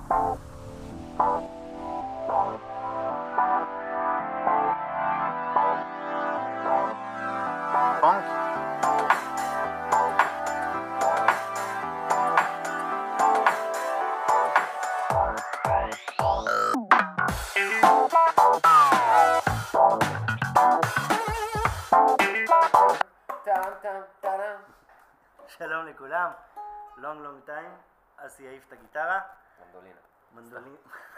שלום לכולם, long time, אסי העיף את הגיטרה. מנדולינה.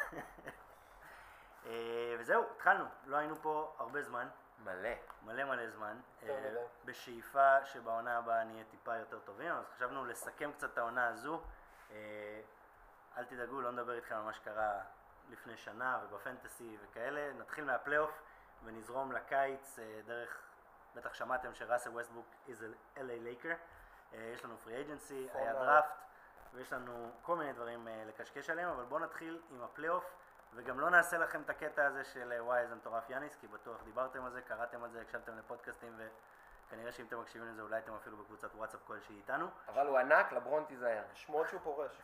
וזהו, התחלנו, לא היינו פה הרבה זמן. מלא זמן. בשאיפה שבעונה הבאה נהיה טיפה יותר טובים, אז חשבנו לסכם קצת את העונה הזו. אל תדאגו, לא נדבר איתכם על מה שקרה לפני שנה ובפנטסי וכאלה. נתחיל מהפלייאוף ונזרום לקיץ דרך, בטח שמעתם שראסל ווסטברוק is a LA Laker. יש לנו פרי אייג'נסי, היה דראפט, ויש לנו כל מיני דברים לקשקש עליהם, אבל בואו נתחיל עם הפלייאוף, וגם לא נעשה לכם את הקטע הזה של וואי איזה מטורף יאניס, כי בטוח דיברתם על זה, קראתם על זה, הקשבתם לפודקאסטים, וכנראה שאם אתם מקשיבים לזה אולי אתם אפילו בקבוצת וואטסאפ כלשהי איתנו. אבל הוא ענק, לברון תיזהר. שמות שהוא פורש.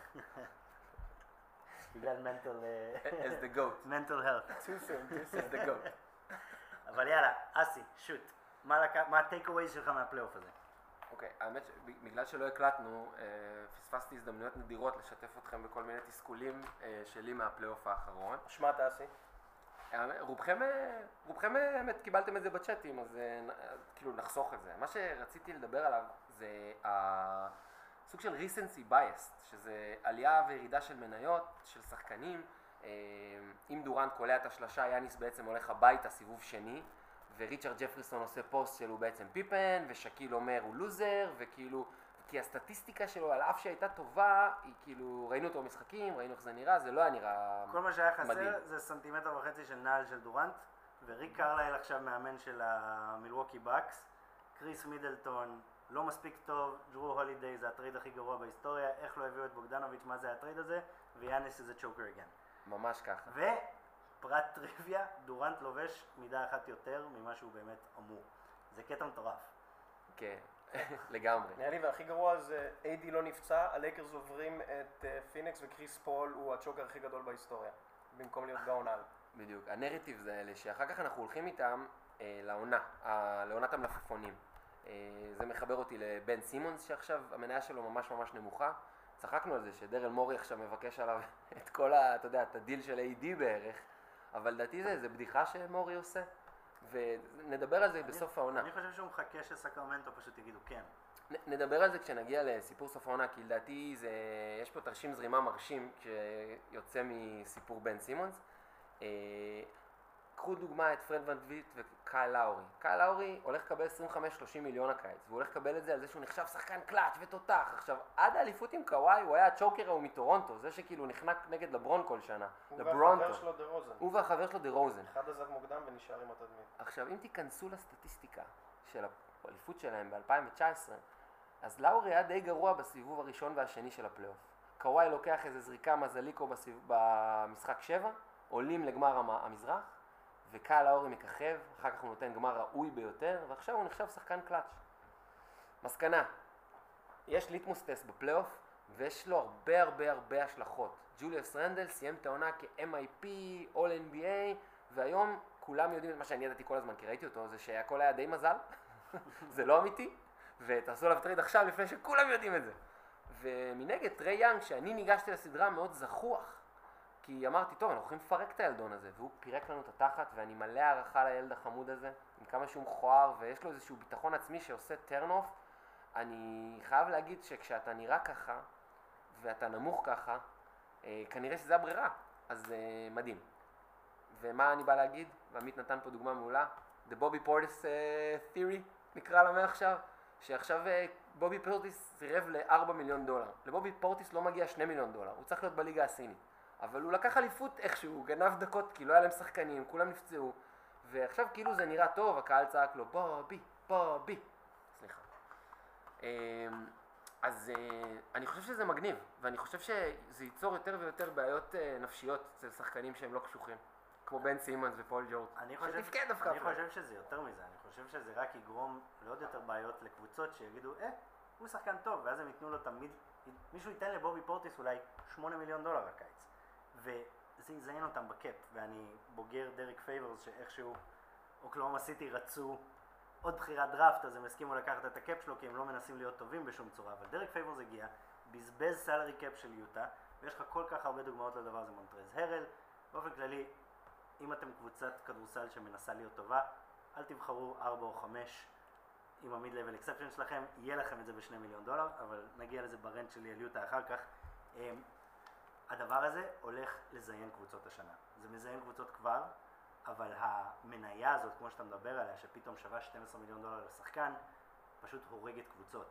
בגלל mental health. Too soon. As the goat. אבל יאללה, אסי, שוט, מה הטייק-אווייז שלך מהפלייאוף הזה? אוקיי, האמת שבגלל שלא הקלטנו, פספסתי הזדמנויות נדירות לשתף אתכם בכל מיני תסכולים שלי מהפלייאוף האחרון. שמעת אסי? רובכם האמת קיבלתם את זה בצ'אטים, אז כאילו נחסוך את זה. מה שרציתי לדבר עליו זה סוג של recency bias, שזה עלייה וירידה של מניות, של שחקנים. אם דורנט קולע את השלשה, יאניס בעצם הולך הביתה סיבוב שני, וריצ'רד ג'פריסון עושה פוסט שלו בעצם פיפן, ושקיל אומר הוא לוזר, וכאילו, כי הסטטיסטיקה שלו על אף שהייתה טובה, היא כאילו, ראינו אותו במשחקים, ראינו איך זה נראה, זה לא היה נראה מדהים. כל מה שהיה חסר זה סנטימטר וחצי של נעל של דורנט, וריק קרלייל עכשיו מאמן של המילווקי בקס, קריס מידלטון לא מספיק טוב, ג'רו הולידיי זה הטרייד הכי גרוע בהיסטוריה, איך לא הביאו את בוגדנוביץ', מה זה הטרייד הזה, ויאניס זה צ'וקר again. ממש ככה. פרט טריוויה, דורנט לובש מידה אחת יותר ממה שהוא באמת אמור. זה קטע מטורף. כן, לגמרי. נראה לי והכי גרוע זה איידי לא נפצע, הלייקרס עוברים את פיניקס וקריס פול הוא הצ'וקר הכי גדול בהיסטוריה, במקום להיות גאון על. בדיוק, הנרטיב זה אלה שאחר כך אנחנו הולכים איתם לעונת המלפפונים. זה מחבר אותי לבן סימונס שעכשיו המניה שלו ממש נמוכה. צחקנו על זה שדרל מורי עכשיו מבקש עליו את כל אתה יודע, את הדיל של AD בערך, אבל לדעתי זה בדיחה שמורי עושה, ונדבר על זה בסוף העונה. אני חושב שהוא מחכה שסקרמנטו פשוט יגידו כן. נדבר על זה כשנגיע לסיפור סוף העונה, כי לדעתי יש פה תרשים זרימה מרשים שיוצא מסיפור בן סימונס. קחו דוגמה את פרד ון וליט וקייל לאורי. קייל לאורי הולך לקבל 25-30 מיליון הקיץ, והוא הולך לקבל את זה על זה שהוא נחשב שחקן קלאץ' ותותח. עכשיו, עד האליפות עם קוואי הוא היה הצ'וקר ההוא מטורונטו, זה שכאילו נחנק נגד לברון כל שנה. הוא והחבר שלו דה רוזן. הוא והחבר שלו דה רוזן. אחד עזב מוקדם ונשאר עם התדמית. עכשיו, אם תיכנסו לסטטיסטיקה של האליפות שלהם ב-2019, אז לאורי היה די גרוע בסיבוב הראשון והשני של הפלייאוף. קוואי לוקח איזה זריקה מזליקו במשחק 7, עולים לגמר המזרח. וקייל לאורי מככב, אחר כך הוא נותן גמר ראוי ביותר, ועכשיו הוא נחשב שחקן קלאץ'. מסקנה, יש ליטמוס טסט בפלייאוף, ויש לו הרבה השלכות. ג'וליוס רנדל סיים את העונה כ-MIP, All NBA, והיום כולם יודעים את מה שאני ידעתי כל הזמן, כי ראיתי אותו, זה שהכל היה די מזל, זה לא אמיתי, ותעשו עליו טרייד עכשיו לפני שכולם יודעים את זה. ומנגד, טרי יאנג, שאני ניגשתי לסדרה מאוד זחוח, כי אמרתי, טוב, אנחנו יכולים לפרק את הילדון הזה, והוא פירק לנו את התחת, ואני מלא הערכה לילד החמוד הזה, עם כמה שהוא מכוער, ויש לו איזשהו ביטחון עצמי שעושה טרן-אוף. אני חייב להגיד שכשאתה נראה ככה, ואתה נמוך ככה, כנראה שזה הברירה, אז מדהים. ומה אני בא להגיד? ועמית נתן פה דוגמה מעולה, The Bobby Portis Theory, נקרא לה מעכשיו, שעכשיו בובי פורטיס סירב ל$4 מיליון. לבובי פורטיס לא מגיע $2 מיליון, הוא צריך להיות בליגה הסינית. אבל הוא לקח אליפות איכשהו, הוא גנב דקות כי לא היה להם שחקנים, כולם נפצעו, ועכשיו כאילו זה נראה טוב, הקהל צעק לו בובי, סליחה. אז אני חושב שזה מגניב, ואני חושב שזה ייצור יותר ויותר בעיות נפשיות אצל שחקנים שהם לא קשוחים, כמו בן סימונס ופול ג'ורג'. אני חושב שזה יותר מזה, אני חושב שזה רק יגרום לעוד יותר בעיות לקבוצות שיגידו, הוא שחקן טוב, ואז הם ייתנו לו תמיד, מישהו ייתן לבובי פורטיס אולי $8 מיליון הקיץ. וזה יזיין אותם בקאפ, ואני בוגר דרק פייברס שאיכשהו אוקלהומה סיטי רצו עוד בחירת דראפט, אז הם הסכימו לקחת את הקאפ שלו, כי הם לא מנסים להיות טובים בשום צורה, אבל דרק פייברס הגיע, בזבז סלרי קאפ של יוטה, ויש לך כל כך הרבה דוגמאות לדבר הזה. מונטרז הרל, באופן כללי, אם אתם קבוצת כדורסל שמנסה להיות טובה, אל תבחרו 4 או 5 עם המיד-לבל אקספשן שלכם, יהיה לכם את זה ב$2 מיליון, אבל נגיע לזה ברנט שלי על יוטה אחר כך. הדבר הזה הולך לזיין קבוצות השנה. זה מזיין קבוצות כבר, אבל המניה הזאת, כמו שאתה מדבר עליה, שפתאום שווה $12 מיליון לשחקן, פשוט הורגת קבוצות.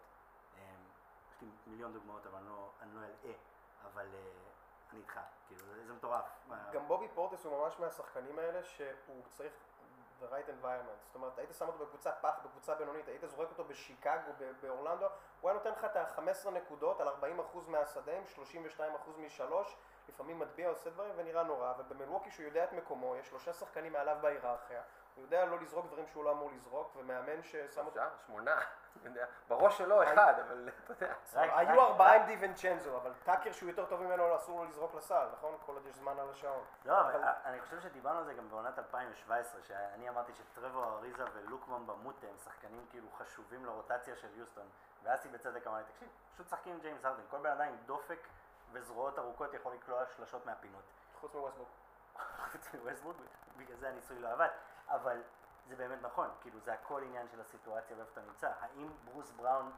יש לי מיליון דוגמאות, אבל אני לא אלאה, אבל אני איתך, כאילו, זה מטורף. גם בובי פורטס הוא ממש מהשחקנים האלה שהוא צריך the right environment. זאת אומרת, היית שם אותו בקבוצה פח, בקבוצה בינונית, היית זורק אותו בשיקגו, באורלנדו, הוא היה נותן לך את ה-15 נקודות על 40% מהשדה, 32% משלוש, לפעמים מטביע, עושה דברים ונראה נורא, ובמילווקי שהוא יודע את מקומו, יש 3 שחקנים מעליו בהיררכיה, הוא יודע לא לזרוק דברים שהוא לא אמור לזרוק, ומאמן ששם אותו... 8, בראש שלו 1, אבל אתה יודע. היו 4 עם דיוונצ'נזו, אבל טאקר שהוא יותר טוב ממנו אסור לו לזרוק לסל, נכון? כל עוד יש זמן על השעון. לא, אבל אני חושב שדיברנו על זה גם בעונת 2017, שאני אמרתי שטרבור אריזה ולוקמן במוטה הם שחקנים כאילו חשובים לרוטציה של יוסטון, ואסי בצדק אמר לי, תקשיב, פשוט שחקים עם ג'יימס הרדן, כל בן אדם עם דופק וזרועות ארוכות יכול לקלוע שלשות מהפינות. חוץ מווסטברוק. חוץ מווסטברוק, בגלל זה הניסוי לא עבד, אבל זה באמת נכון, כאילו זה הכל עניין של הסיטואציה ואיפה אתה נמצא. האם ברוס בראון,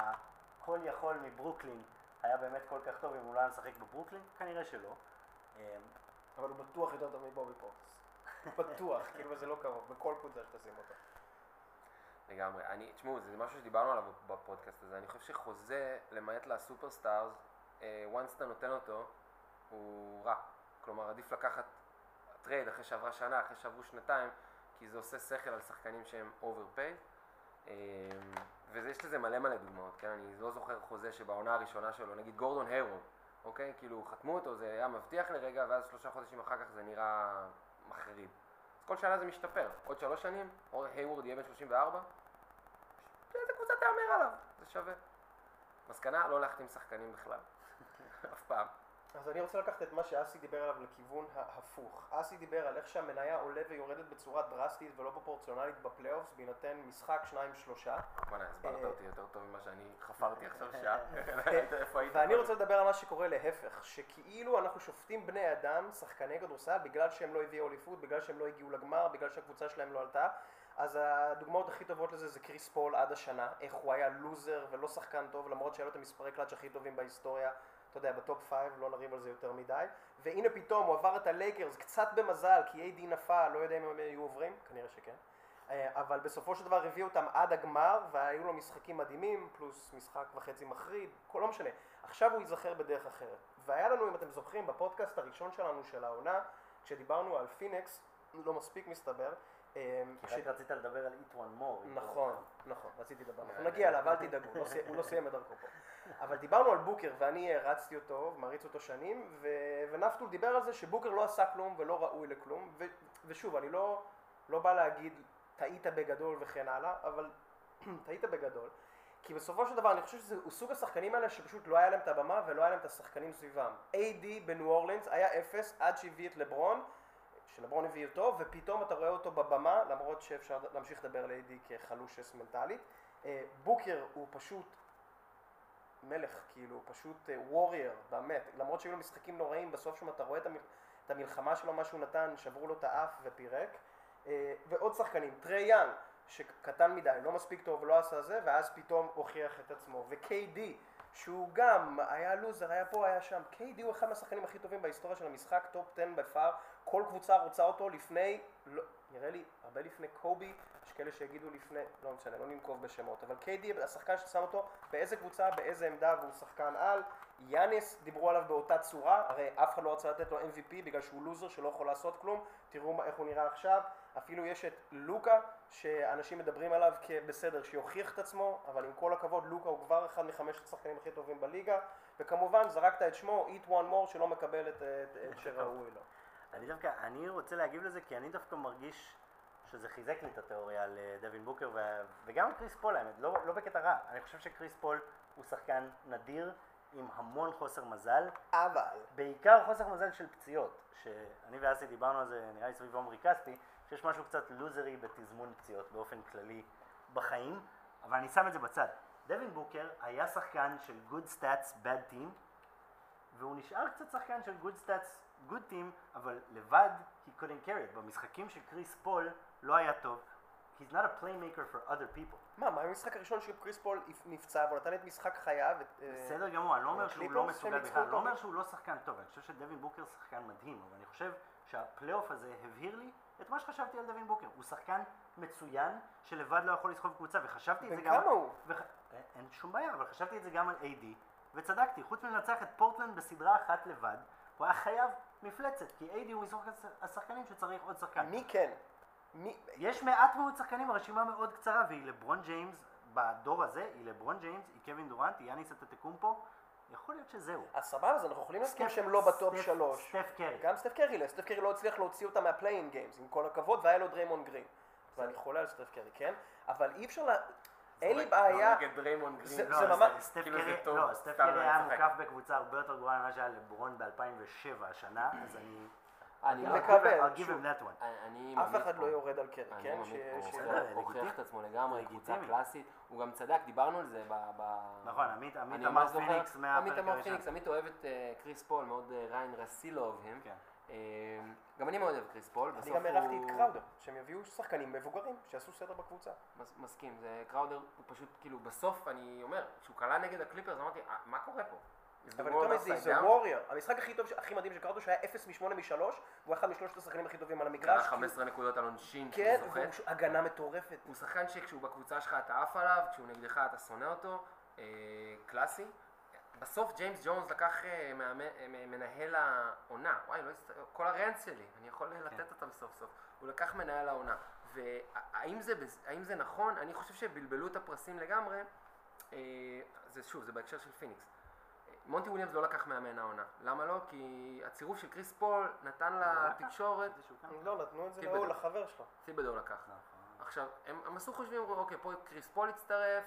הכל יכול מברוקלין, היה באמת כל כך טוב אם הוא לא היה משחק בברוקלין? כנראה שלא. אבל הוא בטוח יותר טוב מבובי פורטס. בטוח, כאילו זה לא קרוב, בכל קבוצה שתשים אותו. לגמרי. תשמעו, זה משהו שדיברנו עליו בפודקאסט הזה. אני חושב שחוזה, למעט לסופרסטארס, once אתה נותן אותו, הוא רע. כלומר, עדיף לקחת טרייד אחרי שעברה שנה, אחרי שעברו 2, כי זה עושה שכל על שחקנים שהם overpaid. ויש לזה מלא דוגמאות, כן? אני לא זוכר חוזה שבעונה הראשונה שלו, נגיד גורדון היוורד, אוקיי? כאילו חתמו אותו, זה היה מבטיח לרגע, ואז 3 חודשים אחר כך זה נראה מחריד. אז כל שנה זה משתפר. עוד 3 שנים, היוורד יהיה בן 34, איזה קבוצה תאמר עליו, זה שווה. מסקנה, לא להחתים שחקנים בכלל. אף פעם. אז אני רוצה לקחת את מה שאסי דיבר עליו לכיוון ההפוך. אסי דיבר על איך שהמניה עולה ויורדת בצורה דרסטית ולא פרופורציונלית בפלייאופס, בהינתן משחק 2-3. בוא'נה, הסברת אותי יותר טוב ממה שאני חפרתי עכשיו שעה. ואני רוצה לדבר על מה שקורה להפך, שכאילו אנחנו שופטים בני אדם, שחקני כדורסל, בגלל שהם לא הביאו אליפות, בגלל שהם לא הגיעו לגמר, בגלל שהקבוצה שלהם לא עלתה. אז הדוגמאות הכי טובות לזה זה קריס פול עד השנה, איך הוא היה לוזר ולא שחקן טוב, למרות שהיה לו את המספרי קלאץ' הכי טובים בהיסטוריה. אתה יודע, בטופ 5, לא נריב על זה יותר מדי. והנה פתאום הוא עבר את הלייקרס, קצת במזל, כי AD נפל, לא יודע אם הם היו עוברים, כנראה שכן. אבל בסופו של דבר הביאו אותם עד הגמר, והיו לו משחקים מדהימים, פלוס משחק וחצי מחריד, לא משנה. עכשיו הוא ייזכר בדרך אחרת. והיה לנו, אם אתם זוכרים, בפודקאסט הראשון שלנו של העונה, כשדיברנו על פיניקס, לא מספיק מסתבר, כי רק רצית לדבר על Eat One More. נכון, רציתי לדבר. אנחנו נגיע אליו, אל תדאגו, הוא לא סיים את דרכו פה. אבל דיברנו על בוקר, ואני הרצתי אותו, מעריץ אותו שנים, ונפטול דיבר על זה שבוקר לא עשה כלום ולא ראוי לכלום, ושוב, אני לא בא להגיד טעית בגדול וכן הלאה, אבל טעית בגדול, כי בסופו של דבר אני חושב שזה סוג השחקנים האלה שפשוט לא היה להם את הבמה ולא היה להם את השחקנים סביבם. AD בניו אורלינס היה 0 עד שהביא את לברון, שלברון הביא אותו, ופתאום אתה רואה אותו בבמה, למרות שאפשר להמשיך לדבר על AD כחלושס מנטלית. בוקר הוא פשוט מלך, כאילו, פשוט וורייר, באמת, למרות שהיו לו משחקים נוראים, בסוף שם אתה רואה את המלחמה שלו, מה שהוא נתן, שברו לו את האף ופירק. ועוד שחקנים, טרי יאנג, שקטן מדי, לא מספיק טוב ולא עשה זה, ואז פתאום הוכיח את עצמו. ו-KD, שהוא גם היה לוזר, היה פה, היה שם. KD הוא אחד מהשחקנים הכי טובים בהיסטוריה של המשחק, טופ 10 בפאר. כל קבוצה רוצה אותו לפני, לא, נראה לי, הרבה לפני קובי, יש כאלה שיגידו לפני, לא משנה, לא ננקוב בשמות, אבל KD, השחקן ששם אותו, באיזה קבוצה, באיזה עמדה, והוא שחקן על. יאניס, דיברו עליו באותה צורה, הרי אף אחד לא רצה לתת לו MVP בגלל שהוא לוזר שלא יכול לעשות כלום. תראו איך הוא נראה עכשיו. אפילו יש את לוקה, שאנשים מדברים עליו כבסדר, שיוכיח את עצמו, אבל עם כל הכבוד, לוקה הוא כבר אחד מ5 השחקנים הכי טובים בליגה, וכמובן זרקת את שמו, Eat One More, שלא מקבל את שראוי לו. אני רוצה להגיב לזה, כי אני דווקא מרגיש שזה חיזק לי את התיאוריה על דווין בוקר, וגם קריס פול, האמת, לא בקטע רע. אני חושב שקריס פול הוא שחקן נדיר, עם המון חוסר מזל, אבל בעיקר חוסר מזל של פציעות, שאני ואסי דיברנו על זה נראה לי סביב עומרי כספי, שיש משהו קצת לוזרי בתזמון פציעות באופן כללי בחיים, אבל אני שם את זה בצד. דווין בוקר היה שחקן של Good Stats Bad Team, והוא נשאר קצת שחקן של Good Stats Good Team, אבל לבד he couldn't carry it. במשחקים של קריס פול לא היה טוב. He's not a playmaker for other people. מה המשחק הראשון של קריס פול נפצע והוא נתן את משחק חייו? בסדר גמור, אני לא אומר שהוא לא מסוגל בכלל, אני לא אומר שהוא לא שחקן טוב, אני חושב שדווין בוקר שחקן מדהים, אבל אני חושב שהפלייאוף הזה הבהיר לי את מה שחשבתי על דווין בוקר. הוא שחקן מצוין שלבד לא יכול לסחוב קבוצה, וחשבתי את זה גם... וכמה הוא? אין שום בעיה, אבל חשבתי את זה גם על AD, וצדקתי, חוץ מלנצח את פורטלנד בסדרה אחת לבד, הוא היה חייב מפלצת, כי AD הוא מסוג השחקנים שצריך עוד שחקן. מי כן? יש מעט מאוד שחקנים, הרשימה מאוד קצרה, והיא לברון ג'יימס בדור הזה, היא לברון ג'יימס, היא קווין דורנט, היא יאניס אנטטוקומפו, יכול להיות שזהו. אז סבבה, אז אנחנו יכולים להסכים שהם לא בטופ 3. סטף קרי. גם סטף קרי, סטף קרי לא הצליח להוציא אותם מהפליין גיימס, עם כל הכבוד, והיה לו דריימון גרין. ואני חולה על סטף קרי, כן? אבל אי אפשר אין לי בעיה... זה ממש... סטף קרי היה מוקף בקבוצה הרבה יותר גרועה ממה שהיה לברון ב-2007 השנה, אז אני מקבל, אף אחד לא יורד על קרי, כן? הוא הוכיח את עצמו לגמרי, קבוצה קלאסית, הוא גם צדק, דיברנו על זה נכון, עמית אמר פיניקס עמית אוהב את קריס פול, מאוד ריין רסי לא אוהבים, גם אני מאוד אוהב קריס פול. אני גם הערכתי את קראודר, שהם יביאו שחקנים מבוגרים, שיעשו סדר בקבוצה. מסכים, קראודר הוא פשוט, כאילו בסוף אני אומר, כשהוא קלה נגד הקליפרס, אמרתי, מה קורה פה? אבל יותר מזה, זה ווריור. המשחק הכי מדהים של קראודר שהיה 0 מ-8 מ-3, הוא אחד משלושת השחקנים הכי טובים על המגרש. 15 נקודות על עונשין. כן, והוא הגנה מטורפת. הוא שחקן שכשהוא בקבוצה שלך אתה עף עליו, כשהוא נגדך אתה שונא אותו, קלאסי. בסוף ג'יימס ג'ונס לקח מנהל העונה, וואי, כל הרנץ שלי, אני יכול לתת אותם סוף סוף. הוא לקח מנהל העונה. והאם זה נכון? אני חושב שבלבלו את הפרסים לגמרי. זה בהקשר של פיניקס. מונטי וויליאמס לא לקח מאמן העונה. למה לא? כי הצירוף של קריס פול נתן לתקשורת... לא, נתנו את זה לחבר שלו. סיבדור לקח. עכשיו, הם עשו חושבים, אוקיי, פה קריס פול הצטרף,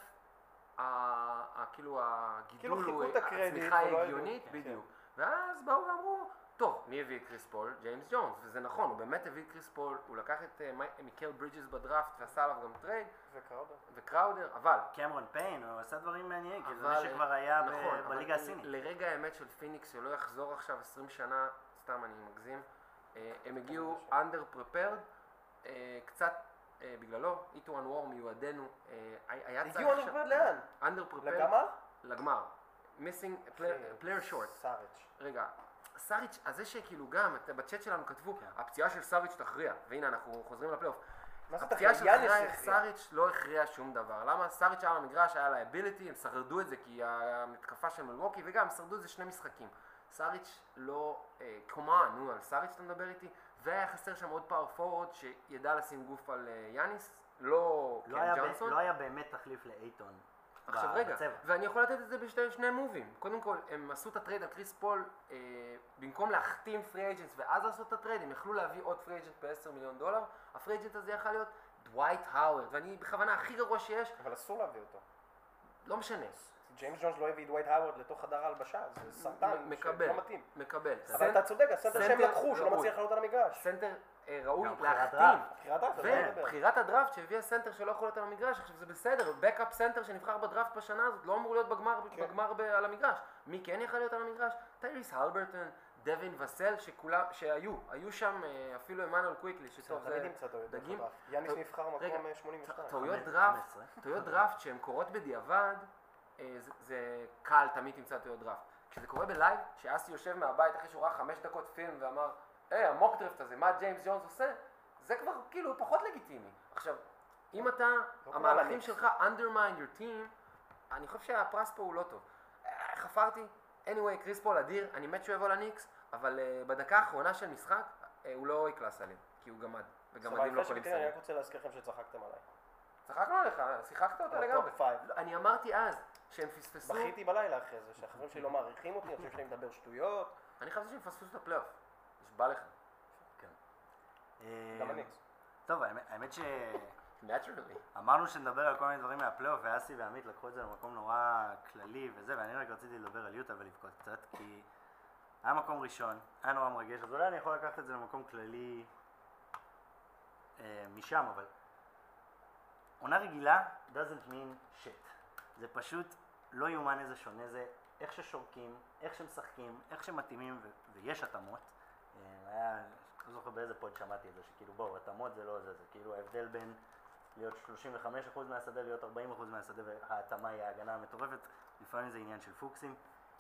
כאילו הגידול הוא הצמיחה ההגיונית, בדיוק. ואז באו ואמרו, טוב, מי הביא את קריס פול? ג'יימס ג'ונס, וזה נכון, הוא באמת הביא את קריס פול, הוא לקח את מיקל ברידג'ס בדראפט ועשה עליו גם טרייד. וקראודר, אבל... קמרון פיין, הוא עשה דברים מעניינים, כי זה מי שכבר היה בליגה הסינית. לרגע האמת של פיניקס, שלא יחזור עכשיו 20 שנה, סתם אני מגזים, הם הגיעו under prepared, קצת בגללו, איתואן וור מיועדנו, היה צריך... הגיעו under prepared לאן? under prepared... לגמר? לגמר. missing player short. סאריץ'. רגע. סאריץ', אז זה שכאילו גם, בצ'אט שלנו כתבו, הפציעה של סאריץ' תכריע, והנה אנחנו חוזרים לפלייאוף. הפציעה של סאריץ' לא הכריע שום דבר. למה? סאריץ' היה למגרש, היה לאביליטי, הם שרדו את זה כי המתקפה של מלווקי, וגם שרדו את זה 2 משחקים. סאריץ' לא, נו, על סאריץ' אתה מדבר איתי, והיה חסר שם עוד פאור פורוורד שידע לשים גוף על יאניס, לא קן ג'ונסון. לא היה באמת תחליף לאייטון. עכשיו רגע, ואני יכול לתת את זה בשני מובים. קודם כל, הם עשו את הטרייד על קריס פול, במקום להחתים פרי אייג'נטס ואז לעשות את הטרייד, הם יכלו להביא עוד פרי אייג'נט ב$10 מיליון. הפרי אייג'נט הזה יכול להיות דווייט האוורד, ואני בכוונה הכי גרוע שיש. אבל אסור להביא אותו. לא משנה. ג'יימס ג'ונס לא הביא דווייט האוורד לתוך חדר ההלבשה, זה סרטן שלא מתאים. מקבל. אבל אתה צודק, הסנטר שהם לקחו, שלא מצליח לעלות על המגרש. סנטר ראוי להחתים. ובחירת הדראפט שהביאה סנטר שלא יכול להיות על המגרש, עכשיו זה בסדר, בקאפ סנטר שנבחר בדראפט בשנה הזאת לא אמור להיות בגמר על המגרש. מי כן יכול להיות על המגרש? טייריס הלברטון, דווין וסל, היו שם אפילו אמנואל קוויקלי, שטוב זה דגים. יאניס נבחר מקום 82. טעויות דראפט שהן קורות בדיעבד, זה קל, תמיד תמצא טעויות דראפט. כשזה קורה בלייב, שאסי יושב מהבית אחרי שהוא ראה 5 דקות פילם ואמר המוק דריפט הזה, מה ג'יימס ג'ונס עושה? זה כבר כאילו פחות לגיטימי. עכשיו, אם אתה, המהלכים שלך undermine your team, אני חושב שהפרס פה הוא לא טוב. חפרתי, anyway, קריס פול אדיר, אני מת שהוא יבוא לניקס, אבל בדקה האחרונה של משחק, הוא לא יקלס עליהם, כי הוא גמד, וגמדים לא יכולים לסיים. אני רק רוצה להזכיר לכם שצחקתם עליי. צחקנו עליך, שיחקת אותה לגמרי. אני אמרתי אז שהם פספסו... בכיתי בלילה אחרי זה, שהחברים שלי לא מעריכים אותי, אני חושב שאני מדבר שטויות. אני חושב שהם פספסו את הפלייאוף. נשבע לך. גם הניקס. טוב, האמת Naturally. אמרנו שנדבר על כל מיני דברים מהפלייאוף, ואסי ועמית לקחו את זה למקום נורא כללי וזה, ואני רק רציתי לדבר על יוטה ולבכות קצת, כי היה מקום ראשון, היה נורא מרגש, אז אולי אני יכול לקחת את זה למקום כללי משם, אבל עונה רגילה doesn't mean shit. זה פשוט לא יאומן איזה שונה זה, איך ששורקים, איך שמשחקים, איך שמתאימים, ויש התאמות. היה, לא זוכר באיזה פוד שמעתי את זה, שכאילו בואו, התאמות זה לא זה, זה כאילו ההבדל בין להיות 35% מהשדה, להיות 40% מהשדה, וההתאמה היא ההגנה המטורפת, לפעמים זה עניין של פוקסים.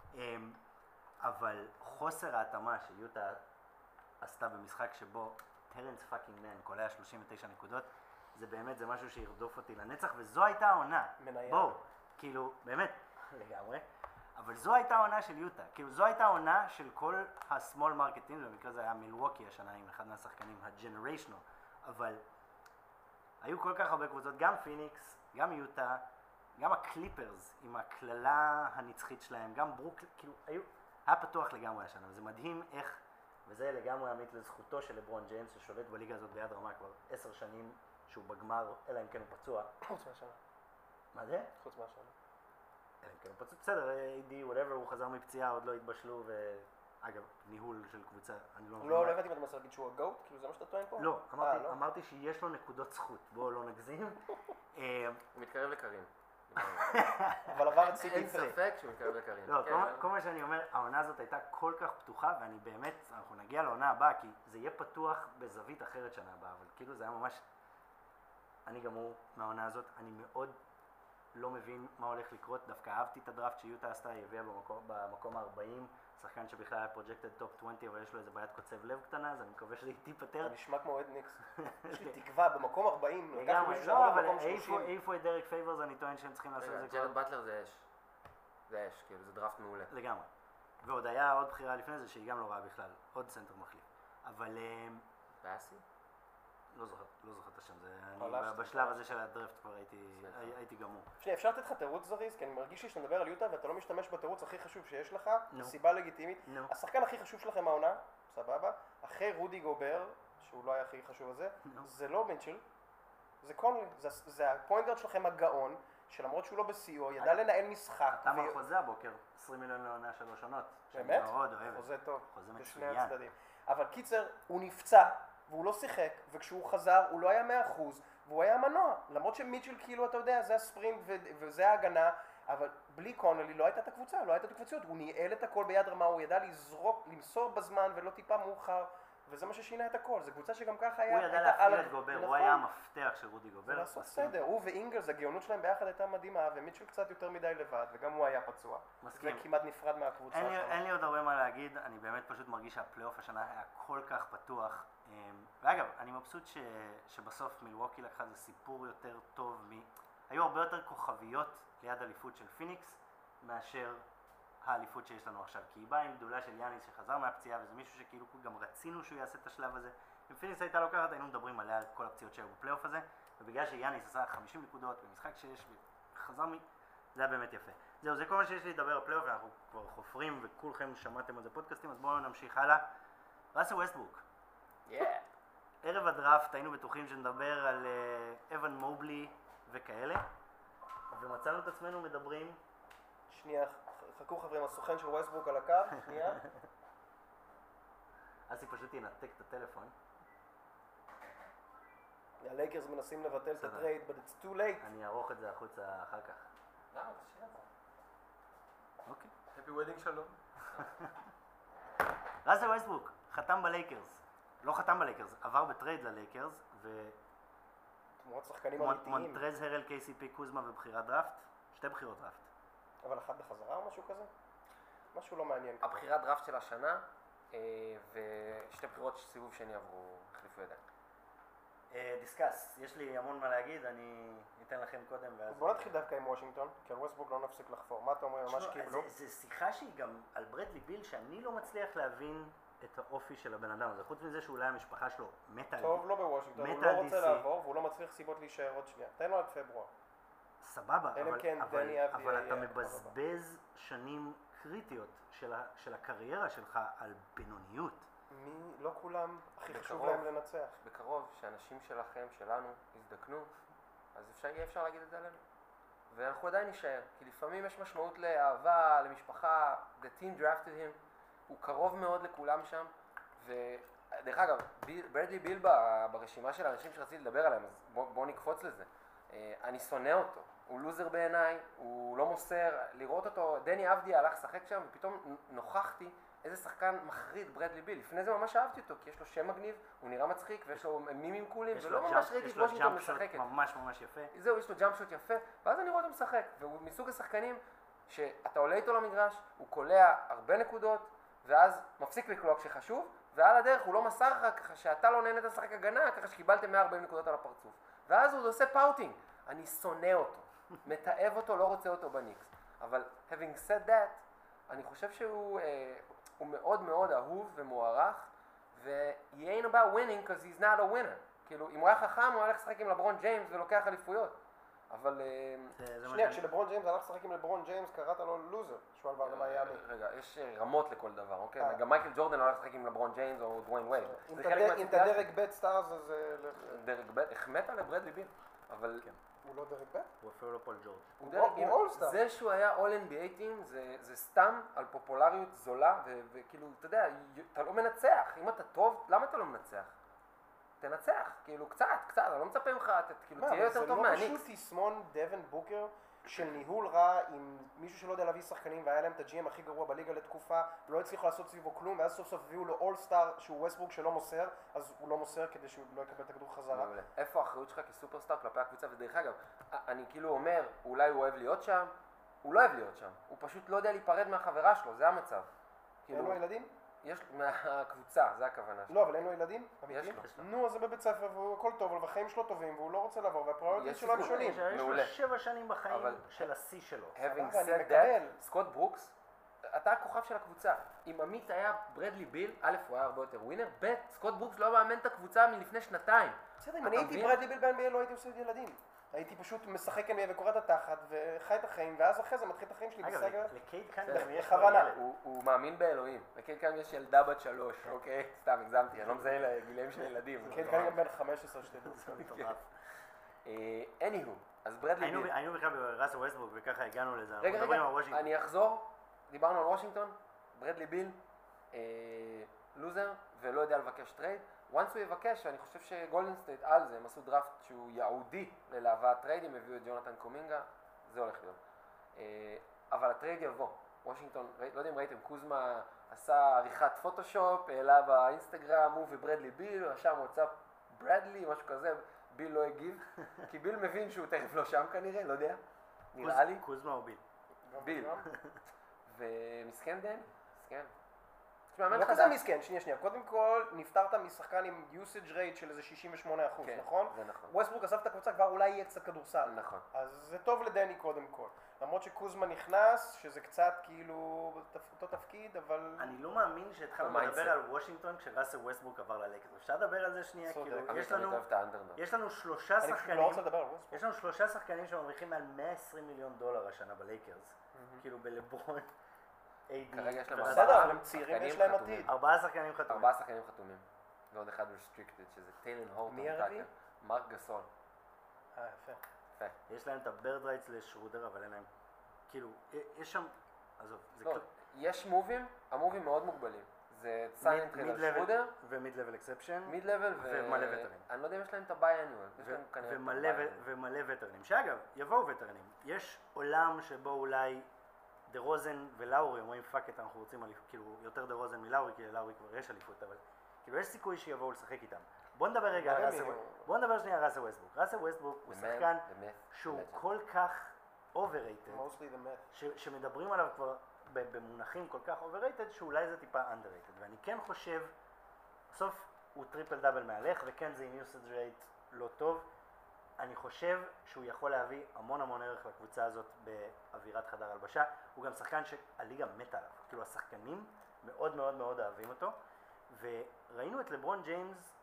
אבל חוסר ההתאמה שיוטה עשתה במשחק שבו טרנס פאקינג מן קולע 39 נקודות, זה באמת, זה משהו שירדוף אותי לנצח, וזו הייתה העונה. בואו, כאילו, באמת, לגמרי. אבל זו הייתה העונה של יוטה, כאילו זו הייתה העונה של כל הסמול מרקטים, במקרה זה היה מילווקי השנה עם אחד מהשחקנים הג'נריישנל, אבל היו כל כך הרבה קבוצות, גם פיניקס, גם יוטה, גם הקליפרס עם הכללה הנצחית שלהם, גם ברוק, כאילו היה פתוח לגמרי השנה, וזה מדהים איך, וזה לגמרי עמית לזכותו של לברון ג'יימס ששולט בליגה הזאת ביד רמה כבר 10 שנים שהוא בגמר, אלא אם כן הוא פצוע. חוץ מהשנה. מה זה? חוץ מהשנה. כן, פשוט בסדר, אידי, whatever, הוא חזר מפציעה, עוד לא התבשלו, ואגב, ניהול של קבוצה, אני לא מבין. לא הבנתי אם אתה מנסה להגיד שהוא הגוט, כאילו זה מה שאתה טוען פה? לא, אמרתי שיש לו נקודות זכות, בואו לא נגזים. הוא מתקרב לקרים. אבל עבר את סיטי. אין ספק שהוא מתקרב לקרים. לא, כל מה שאני אומר, העונה הזאת הייתה כל כך פתוחה, ואני באמת, אנחנו נגיע לעונה הבאה, כי זה יהיה פתוח בזווית אחרת שנה הבאה, אבל כאילו זה היה ממש, אני גמור מהעונה הזאת, אני מאוד לא מבין מה הולך לקרות, דווקא אהבתי את הדראפט שיוטה עשתה, היא הביאה במקום ה-40, שחקן שבכלל היה פרוג'קטד טופ 20, אבל יש לו איזה בעיית קוצב לב קטנה, אז אני מקווה שזה תיפטר. זה נשמע כמו אד ניקס. יש לי תקווה, במקום 40, לגמרי, לא, אבל איפה את דרק פייברס, אני טוען שהם צריכים לעשות את זה. ג'רד באטלר זה אש. זה אש, כאילו, זה דראפט מעולה. לגמרי. ועוד היה עוד בחירה לפני זה, שהיא גם לא רעה בכלל, עוד סנטר מחליף. אבל באסי? לא זוכר את השם, בשלב הזה של הדרפט כבר הייתי גמור. שנייה, אפשר לתת לך תירוץ זריז? כי אני מרגיש לי שאתה מדבר על יוטה ואתה לא משתמש בתירוץ הכי חשוב שיש לך, סיבה לגיטימית. השחקן הכי חשוב שלכם העונה, סבבה, אחרי רודי גובר, שהוא לא היה הכי חשוב הזה, זה לא מיטשל, זה קונלי, זה הפוינטגארד שלכם הגאון, שלמרות שהוא לא בסיוע, ידע לנהל משחק. אתה חוזה הבוקר, 20 מיליון לעונה 3 עונות. באמת? מאוד אוהב. חוזה טוב. חוזה בשני מצוין. הצדדים. אבל קיצר, הוא נפצע, והוא לא שיחק, וכשהוא חזר הוא לא היה 100%, והוא היה מנוע. למרות שמיטשל כאילו, אתה יודע, זה הספרינט וזה ההגנה, אבל בלי קונלי לא הייתה את הקבוצה, לא הייתה את הקבוצות. הוא ניהל את הכל ביד רמה, הוא ידע למסור בזמן ולא טיפה מאוחר, וזה מה ששינה את הכל. זו קבוצה שגם ככה הוא ידע להפעיל את גובר, הוא היה המפתח של רודי גובר. לעשות סדר, הוא ואינגלס, הגאונות שלהם ביחד הייתה מדהימה, ומיטשל קצת יותר מדי לבד, וגם הוא היה פצוע. מסכים. זה כמעט נפרד מהקבוצה שלנו. אין לי עוד הרבה מה להגיד, אני באמת פשוט מרגיש שהפלייאוף השנה היה כל כך פתוח. ואגב, אני מבסוט שבסוף מילווקי לקחה זה סיפור יותר טוב, היו הרבה יותר כוכביות ליד אליפות של פיניקס מאשר האליפות שיש לנו עכשיו, כי היא באה עם גדולה של יאניס שחזר מהפציעה, וזה מישהו שכאילו גם רצינו שהוא יעשה את השלב הזה. אם פיניקס הייתה לוקחת, היינו מדברים עליה על כל הפציעות שהיו בפלייאוף הזה, ובגלל שיאניס עשה 50 נקודות במשחק שיש וחזר זה היה באמת יפה. זהו, זה כל מה שיש לי לדבר על פלייאוף, ואנחנו כבר חופרים וכולכם שמעתם על זה פודקאסטים, אז בואו נמשיך הלאה. ראסל ווסטברוק. ערב הדראפט היינו בטוחים שנדבר על אבן מובלי וכאלה, ומצאנו את עצמנו מדברים. שנייה, חכו חברים, הסוכן של ווסטברוק על הקו, שנייה. אסי פשוט ינתק את הטלפון. הלייקרס מנסים לבטל את הטרייד, but it's too late. אני אערוך את זה החוצה אחר כך. למה? תשאיר את זה. אוקיי. Happy wedding שלום. ראסל ווסטברוק חתם בלייקרס. לא חתם בלייקרס, עבר בטרייד ללייקרס, תמורת שחקנים אמיתיים. מונטרז הרל, KCP, קוזמה ובחירת דראפט. 2 בחירות דראפט. אבל אחת בחזרה או משהו כזה? משהו לא מעניין. הבחירת דראפט של השנה, ושתי בחירות סיבוב שני עברו, החליפו ידיים. דיסקס, יש לי המון מה להגיד, אני אתן לכם קודם ואז... בוא נתחיל דווקא עם וושינגטון, כי על ווסטברוק לא נפסיק לחפור. מה אתה אומר? ממש קיבלו? זה שיחה שהיא גם על ברדלי ביל, שאני לא מצליח להבין את האופי של הבן אדם הזה. חוץ מזה שאולי המשפחה שלו מתה על... טוב, לא בוושינגטון, הוא לא רוצה לעבור, והוא לא מצליח סיבות להישאר עוד שנייה. תן לו עד פברואר. סבבה, אבל אתה יהיה מבזבז שנים קריטיות של הקריירה שלך על בינוניות. לא כולם הכי חשוב להם לנצח. בקרוב, שאנשים שלכם, שלנו, יזדקנו, אז יהיה אפשר להגיד את זה עלינו. ואנחנו עדיין נשאר, כי לפעמים יש משמעות לאהבה, למשפחה, the team drafted him, הוא קרוב מאוד לכולם שם, ודרך אגב, ברדלי ביל ברשימה של האנשים שרציתי לדבר עליהם, אז בואו נקפוץ לזה. אני שונא אותו, הוא לוזר בעיניי, הוא לא מוסר, לראות אותו, דני אבדיה הלך לשחק שם, ופתאום נוכחתי איזה שחקן מחריד ברדלי ביל. לפני זה ממש אהבתי אותו, כי יש לו שם מגניב, הוא נראה מצחיק, ויש לו מימים קולים, ולא ממש ראיתי את וושינגטון משחקת. יש לו ממש ממש יפה. זהו, יש לו ג'אמפ שוט יפה, ואז אני רואה אותו משחק, והוא מסוג השחקנים שאתה עולה איתו למגרש, הוא קולע הרבה נקודות, ואז מפסיק לקלוע כשחשוב, ועל הדרך הוא לא מסר לך ככה שאתה לא נהנית לשחק הגנה, ככה שקיבלתם 140 נקודות על הפרצוף. ואז הוא עושה פאוטינג. אני שונא אותו, מתאהב אותו, לא רוצה אותו בניקס. אבל having said that, אני חושב שהוא מאוד מאוד אהוב ומוערך, ו-he ain't about winning because he's not a winner. כאילו, אם הוא היה חכם, הוא הולך לשחק עם לברון ג'יימס ולוקח אליפויות. אבל... שנייה, כשלברון ג'יימס הלך לשחק עם לברון ג'יימס, קראת לו לוזר, שהוא עבר למייאמי. רגע, יש רמות לכל דבר, אוקיי? גם מייקל ג'ורדן הולך לשחק עם לברון ג'יימס או דוויין וייד. אם אתה דרג בית סטארס, אז... דרג בית? החמאת לברדלי ביל, אבל... הוא לא דרג בית? הוא אפילו לא פול ג'ורג'. הוא אולסטאר. זה שהוא היה All-NBA טים, זה סתם על פופולריות זולה, וכאילו, אתה יודע, אתה לא מנצח. אם אתה טוב, למה אתה לא מנצח? תנצח, כאילו, קצת, אני לא מצפה ממך, כאילו, תהיה יותר טוב מהניקס. זה לא פשוט תסמון דבן בוקר של ניהול רע עם מישהו שלא יודע להביא שחקנים, והיה להם את הג'י.אם הכי גרוע בליגה לתקופה, לא הצליחו לעשות סביבו כלום, ואז סוף סוף הביאו לו אול-סטאר שהוא ווסטברוק שלא מוסר, אז הוא לא מוסר כדי שהוא לא יקבל את הכדור חזרה. איפה האחריות שלך כסופרסטאר כלפי הקבוצה? ודרך אגב, אני כאילו אומר, אולי הוא אוהב להיות שם, הוא לא אוהב להיות שם, הוא פשוט לא יודע להיפרד מהחברה שלו, זה המצב. אין לו ילדים? יש מהקבוצה, זה הכוונה שלו. לא, אבל אין לו ילדים? יש לו. נו, אז זה בבית ספר, והכל טוב, והחיים שלו טובים, והוא לא רוצה לעבור, והפריורטים שלו הם שונים. יש לו 7 שנים בחיים של השיא שלו. Having said that, סקוט ברוקס, אתה הכוכב של הקבוצה. אם עמית היה ברדלי ביל, א' הוא היה הרבה יותר ווינר, ב' סקוט ברוקס לא מאמן את הקבוצה מלפני שנתיים. בסדר, אם אני הייתי ברדלי ביל ב-NBA לא הייתי עושה את ילדים. הייתי פשוט משחק NBA וקורא את התחת וחי את החיים, ואז אחרי זה מתחיל את החיים שלי בסגר. אגב, לקייד קאנינגהם יש כבר ילד. הוא מאמין באלוהים. לקייד קאנינגהם יש ילדה בת 3, אוקיי? סתם, הגזמתי, אני לא מזהה לגילאים של ילדים. לקייד קאנינגהם בן 15 שתדעו. anywho, אז ברדלי ביל. היינו בכלל בראסל ווסטברוק וככה הגענו לזה. רגע, אני אחזור. דיברנו על וושינגטון, ברדלי ביל, לוזר, ולא יודע לבקש טרייד. once הוא יבקש, ואני חושב שגולדן סטייט על זה, הם עשו דראפט שהוא ייעודי ללהבאת טריידים, הביאו את ג'ונתן קומינגה, זה הולך להיות. אבל הטרייד יבוא. וושינגטון, לא יודע אם ראיתם, קוזמה עשה עריכת פוטושופ, העלה באינסטגרם, הוא וברדלי ביל, שם הוצא ברדלי, משהו כזה, ביל לא הגיב, כי ביל מבין שהוא תכף לא שם כנראה, לא יודע, נראה לי. קוזמה או ביל? ביל. ומסכן דני, מסכן. לא כזה מסכן, שנייה. קודם כל, נפטרת משחקן עם usage rate של איזה 68%, נכון? זה נכון. ווסטברוק עזב את הקבוצה, כבר אולי יהיה קצת כדורסל. נכון. אז זה טוב לדני קודם כל. למרות שקוזמה נכנס, שזה קצת כאילו אותו תפקיד, אבל... אני לא מאמין שהתחלנו לדבר על וושינגטון כשראסל ווסטברוק עבר ללייקרס. אפשר לדבר על זה שנייה? כאילו, יש לנו 3 שחקנים... אני לא רוצה לדבר על ווסטברוק. יש לנו 3 שחקנים שמרוויחים מעל $120 מיליון השנה בלייקרס. כאילו בלברון. כרגע יש להם בסדר, הם צעירים ויש להם עתיד. 4 שחקנים חתומים. 4 שחקנים חתומים. ועוד אחד restricted, שזה טיילן הורטון. מי הרביעי? מרק גסול. יפה. יש להם את הברד רייטס לשרודר, אבל אין להם... כאילו, יש שם... עזוב, זה לא, יש מובים, המובים מאוד מוגבלים. זה סיין טרייד שרודר. ומיד לבל אקספשן. מיד לבל ומלא וטרנים. אני לא יודע אם יש להם את הביי אנואל. ומלא וטרנים. שאגב, יבואו וטרנים. יש עולם שבו אולי דה רוזן ולאורי אומרים פאק את אנחנו רוצים כאילו יותר דה רוזן מלאורי, כי ללאורי כבר יש אליפות, אבל כאילו יש סיכוי שיבואו לשחק איתם. בוא נדבר רגע על שנייה על ראסל ווסטברוק. ראסל ווסטברוק הוא שחקן שהוא כל כך overrated, שמדברים עליו כבר במונחים כל כך overrated, שאולי זה טיפה underrated, ואני כן חושב, בסוף הוא טריפל דאבל מהלך, וכן זה עם usage rate לא טוב, אני חושב שהוא יכול להביא המון ערך לקבוצה הזאת באווירת חדר הלבשה. הוא גם שחקן שהליגה מתה עליו, כאילו השחקנים מאוד אוהבים אותו, וראינו את לברון ג'יימס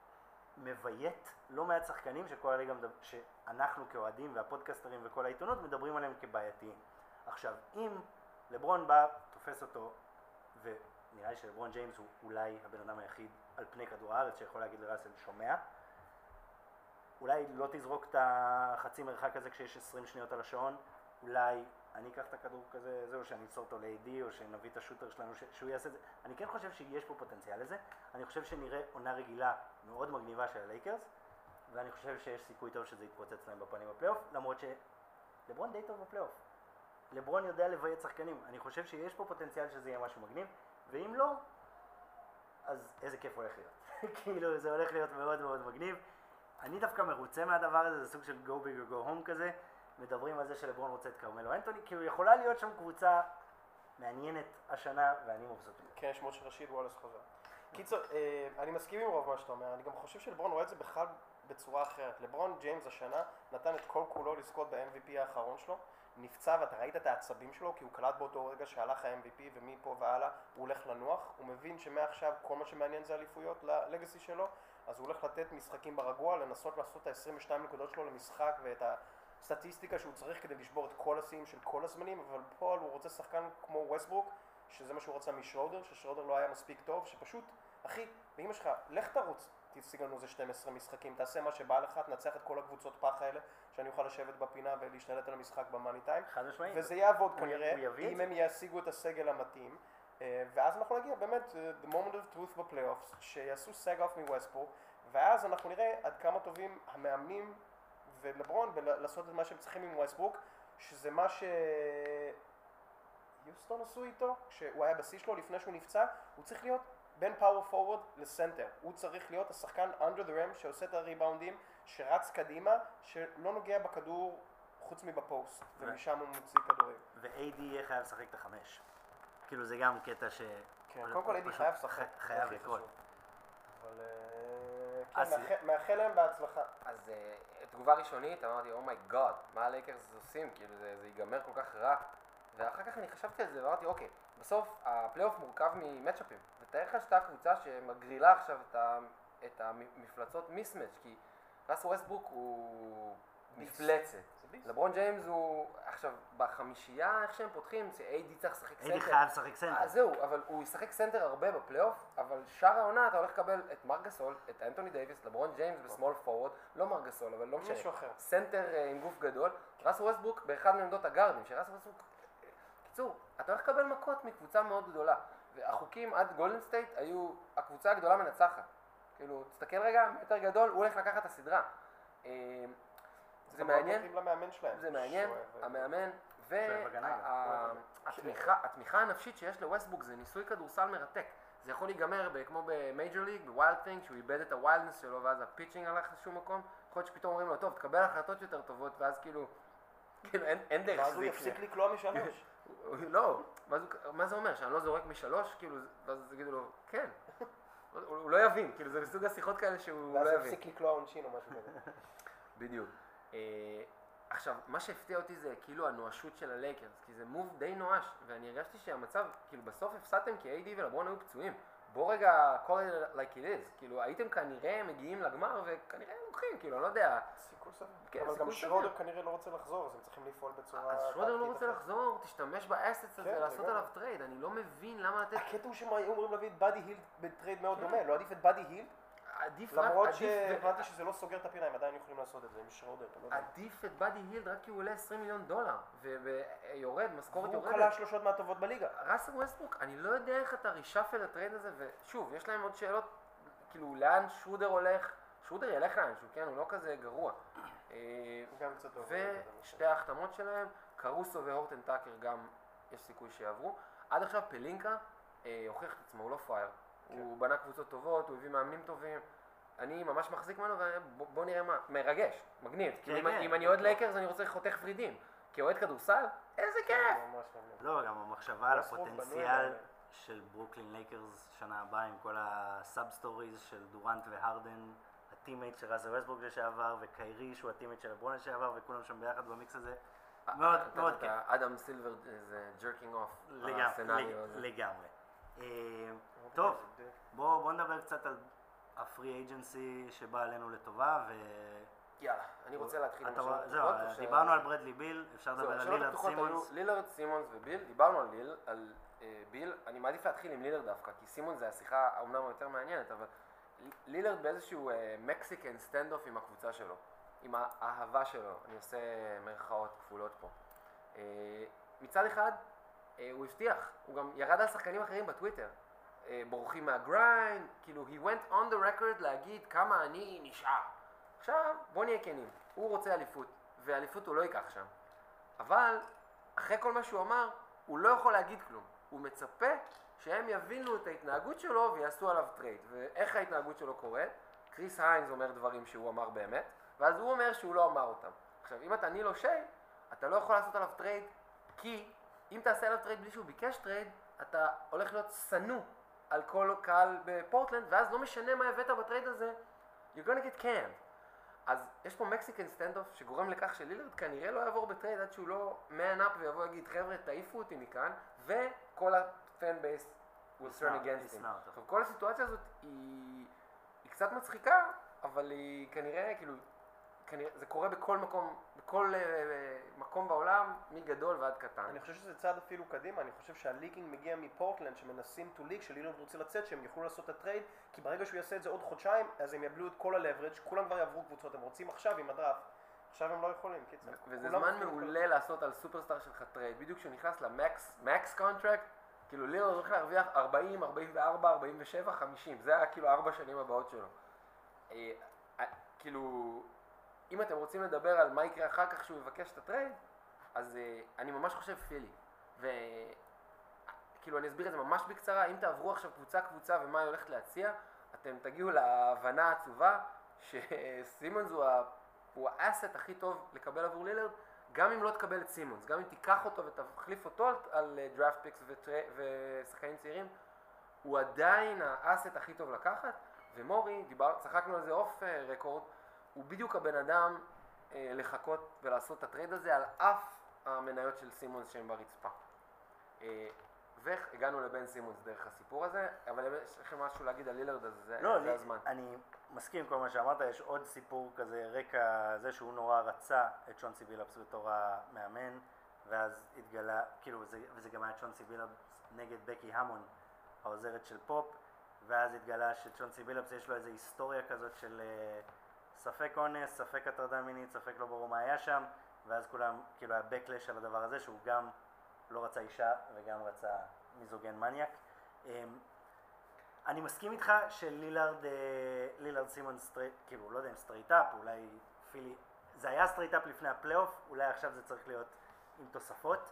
מבייט לא מעט שחקנים שכל הליגה, שאנחנו כאוהדים והפודקאסטרים וכל העיתונות מדברים עליהם כבעייתיים. עכשיו, אם לברון בא, תופס אותו, ונראה לי שלברון ג'יימס הוא אולי הבן אדם היחיד על פני כדור הארץ שיכול להגיד לראסל שומע, אולי לא תזרוק את החצי מרחק הזה כשיש 20 שניות על השעון, אולי אני אקח את הכדור כזה, זהו, שאני אצור אותו ל-AD, או שנביא את השוטר שלנו שהוא יעשה את זה. אני כן חושב שיש פה פוטנציאל לזה, אני חושב שנראה עונה רגילה מאוד מגניבה של הלייקרס, ואני חושב שיש סיכוי טוב שזה יתפוצץ להם בפנים בפלייאוף, למרות שלברון די טוב בפלייאוף. לברון יודע לבייט שחקנים, אני חושב שיש פה פוטנציאל שזה יהיה משהו מגניב, ואם לא, אז איזה כיף הולך להיות. כאילו זה הולך להיות מאוד מאוד מגניב. אני דווקא מרוצה מהדבר הזה, זה סוג של go big or go home כזה. מדברים על זה שלברון רוצה את קרמלו אנטוני, כאילו יכולה להיות שם קבוצה מעניינת השנה, ואני מבסוט. כן, שמו של רשיד וואלס חוזר. קיצור, אני מסכים עם רוב מה שאתה אומר, אני גם חושב שלברון רואה את זה בכלל בצורה אחרת. לברון ג'יימס השנה נתן את כל כולו לזכות ב-MVP האחרון שלו, נפצע ואתה ראית את העצבים שלו, כי הוא קלט באותו רגע שהלך ה-MVP ומפה והלאה הוא הולך לנוח, הוא מבין שמעכשיו כל מה שמעניין זה אליפויות ללגסי שלו, אז הוא הולך לתת משחקים ברגוע, לנסות לעשות את ה-22 נקודות שלו למשחק ואת הסטטיסטיקה שהוא צריך כדי לשבור את כל השיאים של כל הזמנים, אבל בפועל הוא רוצה שחקן כמו ווסטברוק, שזה מה שהוא רצה משרודר, ששרודר לא היה מספיק טוב, שפשוט, אחי, באמא שלך, לך תרוץ, תשיג לנו איזה 12 משחקים, תעשה מה שבא לך, תנצח את כל הקבוצות פח האלה, שאני אוכל לשבת בפינה ולהשתלט על המשחק במאני טיים, וזה יעבוד כנראה, אם הם ישיגו את הסגל המתאים, ואז אנחנו נגיע באמת, the moment of truth בפלייאופס, שיעשו סג אוף מווסטברוק, ואז אנחנו נראה עד כמה טובים המאמנים ולברון ולעשות את מה שהם צריכים עם ווסטברוק, שזה מה שיוסטון עשו איתו, כשהוא היה בשיא שלו לפני שהוא נפצע, הוא צריך להיות בין פאוור פורוורד לסנטר, הוא צריך להיות השחקן under the rim שעושה את הריבאונדים, שרץ קדימה, שלא נוגע בכדור חוץ מבפוסט, ומשם הוא מוציא כדורים. ו-AD יהיה חייב לשחק את החמש. כאילו זה גם קטע ש... כן, קודם כל AD חייב לשחק. חייב לקרות. אבל... כן, מאחל להם בהצלחה. אז תגובה ראשונית, אמרתי, אומייגאד, מה הלייקרס עושים? כאילו זה ייגמר כל כך רע. ואחר כך אני חשבתי על זה ואמרתי, אוקיי, בסוף הפלייאוף מורכב ממצ'אפים. ותאר לך שאתה קבוצה שמגרילה עכשיו את המפלצות מיסמץ', כי ראסל ווסטברוק הוא מפלצת. לברון ג'יימס הוא, עכשיו, בחמישייה, איך שהם פותחים, AD צריך לשחק סנטר. AD חייב לשחק סנטר. זהו, אבל הוא ישחק סנטר הרבה בפלייאוף, אבל שאר העונה אתה הולך לקבל את מרק גסול, את אנטוני דייביס, לברון ג'יימס בסמול פורוורד, לא מרק גסול, אבל לא משנה. מישהו אחר. סנטר עם גוף גדול. ראסל ווסטברוק באחד מעמדות הגארדים, שראסל ווסטברוק... קיצור, אתה הולך לקבל מכות מקבוצה מאוד גדולה. והחוקים עד גולדן סטייט היו, הקבוצה הגדולה מנצחת. כאילו, תסתכל רגע, יותר גדול, הוא הולך לקחת את הסדרה. זה מעניין, זה מעניין, המאמן, והתמיכה הנפשית שיש לווסטברוק זה ניסוי כדורסל מרתק. זה יכול להיגמר כמו במייג'ר ליג, בווילד טינג, שהוא איבד את הווילדנס שלו ואז הפיצ'ינג הלך לשום מקום. יכול להיות שפתאום אומרים לו, טוב, תקבל החלטות יותר טובות, ואז כאילו אין דרך. ואז הוא יפסיק לקלוע משלוש. לא, מה זה אומר? שאני לא זורק משלוש? כאילו, ואז יגידו לו, כן. הוא לא יבין, כאילו זה בסוג השיחות כאלה שהוא לא יבין. ואז הוא יפסיק לקלוע עונשין או משהו כזה. בדיוק. עכשיו, מה שהפתיע אותי זה כאילו הנואשות של הלייקרס, כי זה מוב די נואש, ואני הרגשתי שהמצב, כאילו בסוף הפסדתם כי AD ולברון היו פצועים. בוא רגע, call it like it is, כאילו הייתם כנראה מגיעים לגמר וכנראה לוקחים, כאילו, אני לא יודע. סיכוי סביר. אבל גם שרודר כנראה לא רוצה לחזור, אז הם צריכים לפעול בצורה... אז שרודר לא רוצה לחזור, תשתמש באסטס הזה, לעשות עליו טרייד, אני לא מבין למה לתת... הקטע הוא שהם אומרים להביא את באדי הילד בטרייד מאוד דומה, לא עדיף את באדי הילד? עדיף למרות שהבנתי שזה לא סוגר את הפינה, הם עדיין יכולים לעשות את זה עם שרודר. עדיף את באדי הילד רק כי הוא עולה $20 מיליון ויורד, משכורת יורדת. והוא קלה שלושות מהטובות בליגה. ראסל ווסטברוק, אני לא יודע איך אתה רישאפל הטרייד הזה, ושוב, יש להם עוד שאלות, כאילו לאן שרודר הולך, שרודר ילך לאנשהו, כן, הוא לא כזה גרוע. ושתי ההחתמות שלהם, קרוסו והורטן טאקר גם יש סיכוי שיעברו. עד עכשיו פלינקה הוכיח את עצמו, הוא לא פרייר. הוא בנה קבוצות טובות, הוא הביא מאמנים טובים. אני ממש מחזיק ממנו ובוא נראה מה. מרגש, מגניב. אם אני אוהד לייקרס אני רוצה לחותך ורידים. כי אוהד כדורסל, איזה כיף! לא, גם המחשבה על הפוטנציאל של ברוקלין לייקרס שנה הבאה עם כל הסאב סטוריז של דורנט והרדן, הטימייט של ראסל ווסטברוק לשעבר וקיירי שהוא הטימייט של לברון לשעבר וכולם שם ביחד במיקס הזה. מאוד מאוד כיף. אדם סילבר זה ג'רקינג אוף. לגמרי. טוב, בואו נדבר קצת על הפרי אייג'נסי שבא עלינו לטובה יאללה, אני רוצה להתחיל עם שאלות פתוחות. דיברנו על ברדלי ביל, אפשר לדבר על לילארד סימונס. לילארד, סימונס וביל, דיברנו על ביל, אני מעדיף להתחיל עם לילארד דווקא, כי סימונס זה השיחה אומנם יותר מעניינת, אבל לילרד באיזשהו מקסיקן סטנד-אוף עם הקבוצה שלו, עם האהבה שלו, אני עושה מרכאות כפולות פה. מצד אחד, הוא הבטיח, הוא גם ירד על שחקנים אחרים בטוויטר, בורחים מהגריינד, כאילו he went on the record להגיד כמה אני נשאר. עכשיו בוא נהיה כנים, הוא רוצה אליפות, ואליפות הוא לא ייקח שם. אבל אחרי כל מה שהוא אמר, הוא לא יכול להגיד כלום. הוא מצפה שהם יבינו את ההתנהגות שלו ויעשו עליו טרייד. ואיך ההתנהגות שלו קורית? קריס היינס אומר דברים שהוא אמר באמת, ואז הוא אומר שהוא לא אמר אותם. עכשיו, אם אתה ניל אושי, אתה לא יכול לעשות עליו טרייד, כי אם תעשה עליו טרייד בלי שהוא ביקש טרייד, אתה הולך להיות שנוא על כל קהל בפורטלנד, ואז לא משנה מה הבאת בטרייד הזה, you're gonna get canned. אז יש פה מקסיקן סטנד-אוף שגורם לכך שלילרד כנראה לא יעבור בטרייד עד שהוא לא man up ויבוא להגיד חבר'ה תעיפו אותי מכאן, וכל הפן בייס will turn against him. עכשיו כל הסיטואציה הזאת היא קצת מצחיקה, אבל היא כנראה כאילו, זה קורה בכל מקום בעולם, מגדול ועד קטן. אני חושב שזה צעד אפילו קדימה, אני חושב שהליקינג מגיע מפורטלנד שמנסים to leak, שלילרד רוצה לצאת, שהם יוכלו לעשות את הטרייד, כי ברגע שהוא יעשה את זה עוד חודשיים, אז הם יבלו את כל הלברג', כולם כבר יעברו קבוצות, הם רוצים עכשיו עם הדראפט, עכשיו הם לא יכולים, קיצר. וזה זמן מעולה לעשות על סופרסטאר שלך טרייד, בדיוק כשהוא נכנס למקס קונטרקט, כאילו לילרד הולך להרוויח 40, 44, 47, 50, זה היה כאילו 4 שנים הבאות שלו. כאילו, אם אתם רוצים לדבר על מה יקרה אחר כך שהוא יבקש את הטרייד, אז אני ממש חושב פילי. וכאילו אני אסביר את זה ממש בקצרה, אם תעברו עכשיו קבוצה ומה היא הולכת להציע, אתם תגיעו להבנה העצובה שסימונס הוא האסט הכי טוב לקבל עבור לילרד, גם אם לא תקבל את סימונס, גם אם תיקח אותו ותחליף אותו על דראפט פיקס ושחקנים צעירים, הוא עדיין האסט הכי טוב לקחת, ומורי, צחקנו על זה אוף רקורד, הוא בדיוק הבן אדם לחכות ולעשות את הטרייד הזה על אף המניות של סימונס שהם ברצפה. והגענו לבן סימונס דרך הסיפור הזה, אבל יש לכם משהו להגיד על לילרד, אז זה הזמן. אני מסכים עם כל מה שאמרת, יש עוד סיפור כזה, רקע זה שהוא נורא רצה את צ'ונסי בילאפס בתור המאמן, ואז התגלה, כאילו, וזה גם היה צ'ונסי בילאפס נגד בקי המון, העוזרת של פופ, ואז התגלה שצ'ונסי בילאפס יש לו איזו היסטוריה כזאת של ספק אונס, ספק הטרדה מינית, ספק לא ברור מה היה שם, ואז כולם, כאילו היה בקלש על הדבר הזה שהוא גם לא רצה אישה וגם רצה מיזוגן מניאק. אני מסכים איתך שלילארד סימונס, כאילו לא יודע אם סטרייט-אפ, אולי פילי, זה היה סטרייט-אפ לפני הפלייאוף, אולי עכשיו זה צריך להיות עם תוספות.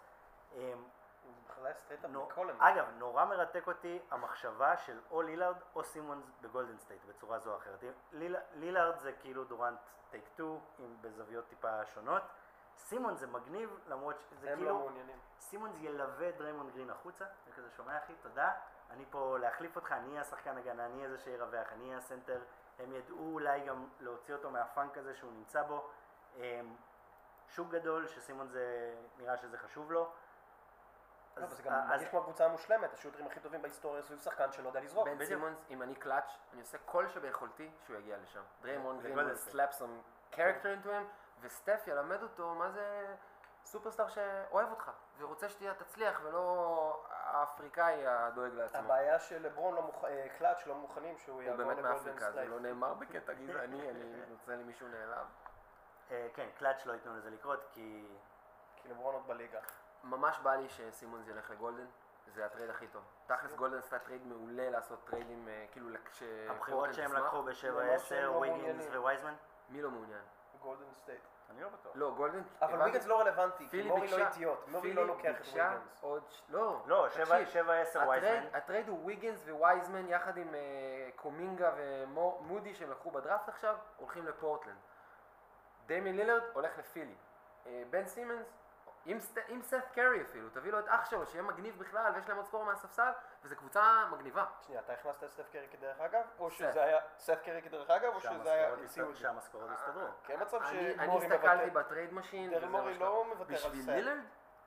אגב, נורא מרתק אותי המחשבה של או לילארד או סימונס בגולדן סטייט בצורה זו או אחרת. לילארד זה כאילו דורנט טייק 2 בזוויות טיפה שונות. סימונס זה מגניב למרות שזה כאילו... הם לא מעוניינים. סימונס ילווה את דריימונד גרין החוצה, וכזה שומע אחי, תודה, אני פה להחליף אותך, אני אהיה השחקן הגנה, אני אהיה זה שירווח, אני אהיה הסנטר. הם ידעו אולי גם להוציא אותו מהפאנק הזה שהוא נמצא בו. שוק גדול שסימונס נראה שזה חשוב לו. זה גם מרגיש כמו הקבוצה המושלמת, השוטרים הכי טובים בהיסטוריה סביב שחקן שלא יודע לזרוק. בן סימונס, אם אני קלאץ', אני עושה כל שביכולתי שהוא יגיע לשם. דריימונד גרין will slap some character into him, וסטף ילמד אותו מה זה סופרסטאר שאוהב אותך, ורוצה שתצליח ולא האפריקאי הדואג לעצמו. הבעיה של לברון קלאץ' לא מוכנים שהוא יעבור לגולדן סטייט. הוא באמת מאפריקה, זה לא נאמר בקטע גזעני, אני רוצה לי מישהו נעלב. כן, קלאץ' לא ייתנו לזה לקרות כי לברון עוד בליגה. ממש בא לי שסימונס ילך לגולדן, זה הטרייד הכי טוב. תכלס גולדן סטייט טרייד מעולה לעשות טריידים, כאילו הבחירות שהם לקחו ב-7-10, וויגינס ווייזמן? מי לא מעוניין? גולדן סטייט. אני לא בטוח. לא, גולדן... אבל וויגינס לא רלוונטי, כי מורי לא אידיוט, מורי לא לוקח את וויגינס. לא, 7-10 וייזמן. הטרייד הוא וויגינס ווייזמן יחד עם קומינגה ומודי שהם לקחו בדראפט עכשיו, הולכים לפורטלנד. דיימין לילרד הולך לפילי. בן סימונס, עם סת קרי אפילו, תביא לו את אח שלו שיהיה מגניב בכלל ויש להם עוד סקור מהספסל וזה קבוצה מגניבה. שנייה, אתה הכנסת את סט קרי כדרך אגב? או שזה היה סט קרי כדרך אגב? או שזה היה... שהמשכורות הסתדרו. כן מצב אני שמורי מוותר. הסתכלתי בטרייד משין דרל מורי לא מוותר על סט. בשביל לילרד?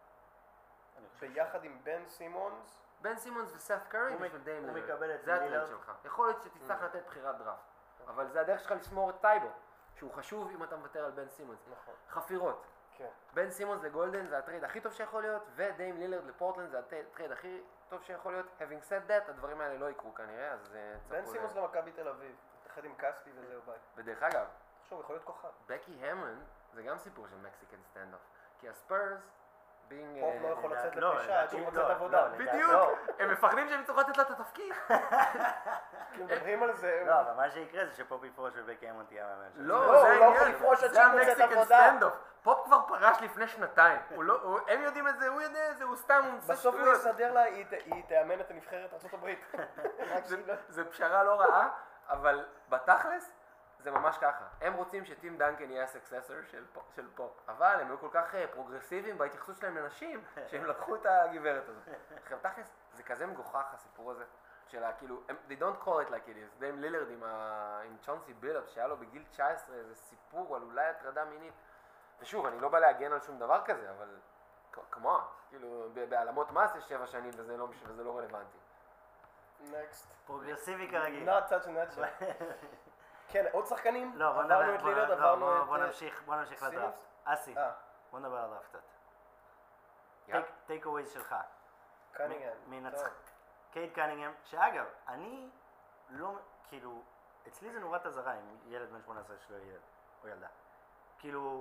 ביחד עם בן סימונס. בן סימונס וסת קרי בשביל דיים הוא לילרד. מקבל את זה הטרייד לילרד. שלך. יכול להיות שתצטרך לתת בחירת דראפט. אבל זה הדרך שלך לשמור את טייבו, שהוא חשוב אם אתה מוותר על בן סימונס. נכון. חפירות. כן. בן סימונס לגולדן זה הטרייד הכי טוב שיכול להיות, ודיים לילרד לפורטלנד זה הטרייד הכי טוב שיכול להיות. Having said that, הדברים האלה לא יקרו כנראה, אז בן סימוס למכבי תל אביב, תחד עם כספי וזהו ביי. ודרך אגב, תחשוב, יכול להיות כוכב. בקי המלן זה גם סיפור של מקסיקן סטנד-אפ, כי הספרס, פופ לא יכול לצאת לפרישה עד שהוא מוצא את עבודה. בדיוק, הם מפחדים שהם יצטרכו לתת לה את התפקיד. כי מדברים על זה. לא, אבל מה שיקרה זה שפופ יפרוש ובקי המלן תהיה המאמן שלו. לא, זה לא יכול לפרוש עד שהוא מוצא את עבודה. פופ כבר פרש לפני שנתיים, הם יודעים את זה, הוא יודע את זה, הוא סתם, הוא בסוף הוא יסדר לה, היא תאמן את הנבחרת ארצות הברית. זה פשרה לא רעה, אבל בתכלס זה ממש ככה. הם רוצים שטים דנקן יהיה הסקססור של פופ, אבל הם היו כל כך פרוגרסיביים בהתייחסות שלהם לנשים, שהם לקחו את הגברת הזאת. עכשיו תכלס, זה כזה מגוחך הסיפור הזה, של כאילו, they don't call it like it is. דיים לילרד עם צ'ונסי בילאפ, שהיה לו בגיל 19, זה סיפור על אולי הטרדה מינית. ושוב, אני לא בא להגן על שום דבר כזה, אבל כמו, כאילו, בהעלמות מס יש 7 שנים וזה לא רלוונטי. Next. פרוגרסיבי כרגיל. Not touch a nutshell. כן, עוד שחקנים? לא, עברנו את לילרד, עברנו את... בוא נמשיך לדראפט. אסי, בוא נדבר על הדראפט קצת. טייק אווייז שלך. קנינגהם. קייד קנינגהם, שאגב, אני לא, כאילו, אצלי זה נורת אזהרה אם ילד בן 18 שלו ילד או ילדה. כאילו,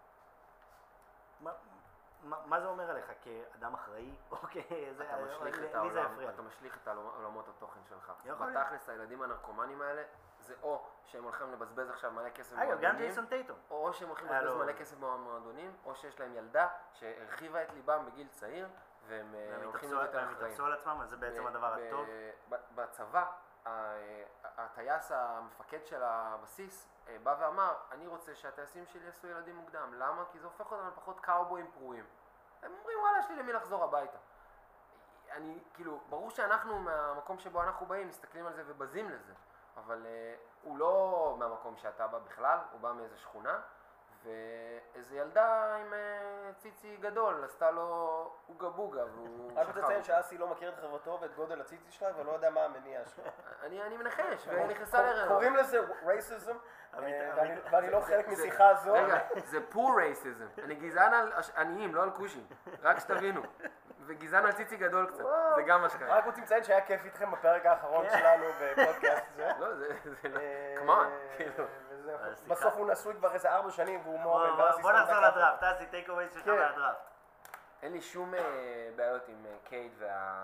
מה זה אומר עליך? כאדם אחראי? אוקיי, אתה משליך את עולמות התוכן שלך. בתכלס, הילדים הנרקומנים האלה, זה או שהם הולכים לבזבז עכשיו מלא כסף במועדונים, גם ג'ייסון טייטום. או שהם הולכים לבזבז מלא כסף במועדונים, או שיש להם ילדה שהרחיבה את ליבם בגיל צעיר, והם הולכים להיות יותר אחראים. והם יתאפסו על עצמם, אז זה בעצם הדבר הטוב. בצבא, הטייס המפקד של הבסיס בא ואמר, אני רוצה שהטייסים שלי יעשו ילדים מוקדם. למה? כי זה הופך אותם לפחות קאובויים פרועים. הם אומרים, וואלה, יש לי למי לחזור הביתה. כאילו, ברור שאנחנו מהמקום שבו אנחנו באים, מסתכלים על זה ובזים לזה. אבל הוא לא מהמקום שאתה בא בכלל, הוא בא מאיזה שכונה, ואיזה ילדה עם ציצי גדול עשתה לו אוגה בוגה והוא רק רוצה לציין שאסי לא מכיר את חברתו ואת גודל הציצי שלה ולא יודע מה המניע שלה. אני מנחש, ונכנסה להיריון. קוראים לזה רייסיזם, ואני לא חלק משיחה זו. רגע, זה פור רייסיזם. אני גזען על עניים, לא על כושים, רק שתבינו. וגזען על ציצי גדול קצת, זה גם מה שקרה. רק רוצים לציין שהיה כיף איתכם בפרק האחרון שלנו בפודקאסט הזה. לא, זה לא, כמובן, כאילו. בסוף הוא נשוי כבר איזה 4 שנים והוא מורה. בוא נחזור לדראפט, אסי, טייק אווייז שלך מהדראפט. אין לי שום בעיות עם קייד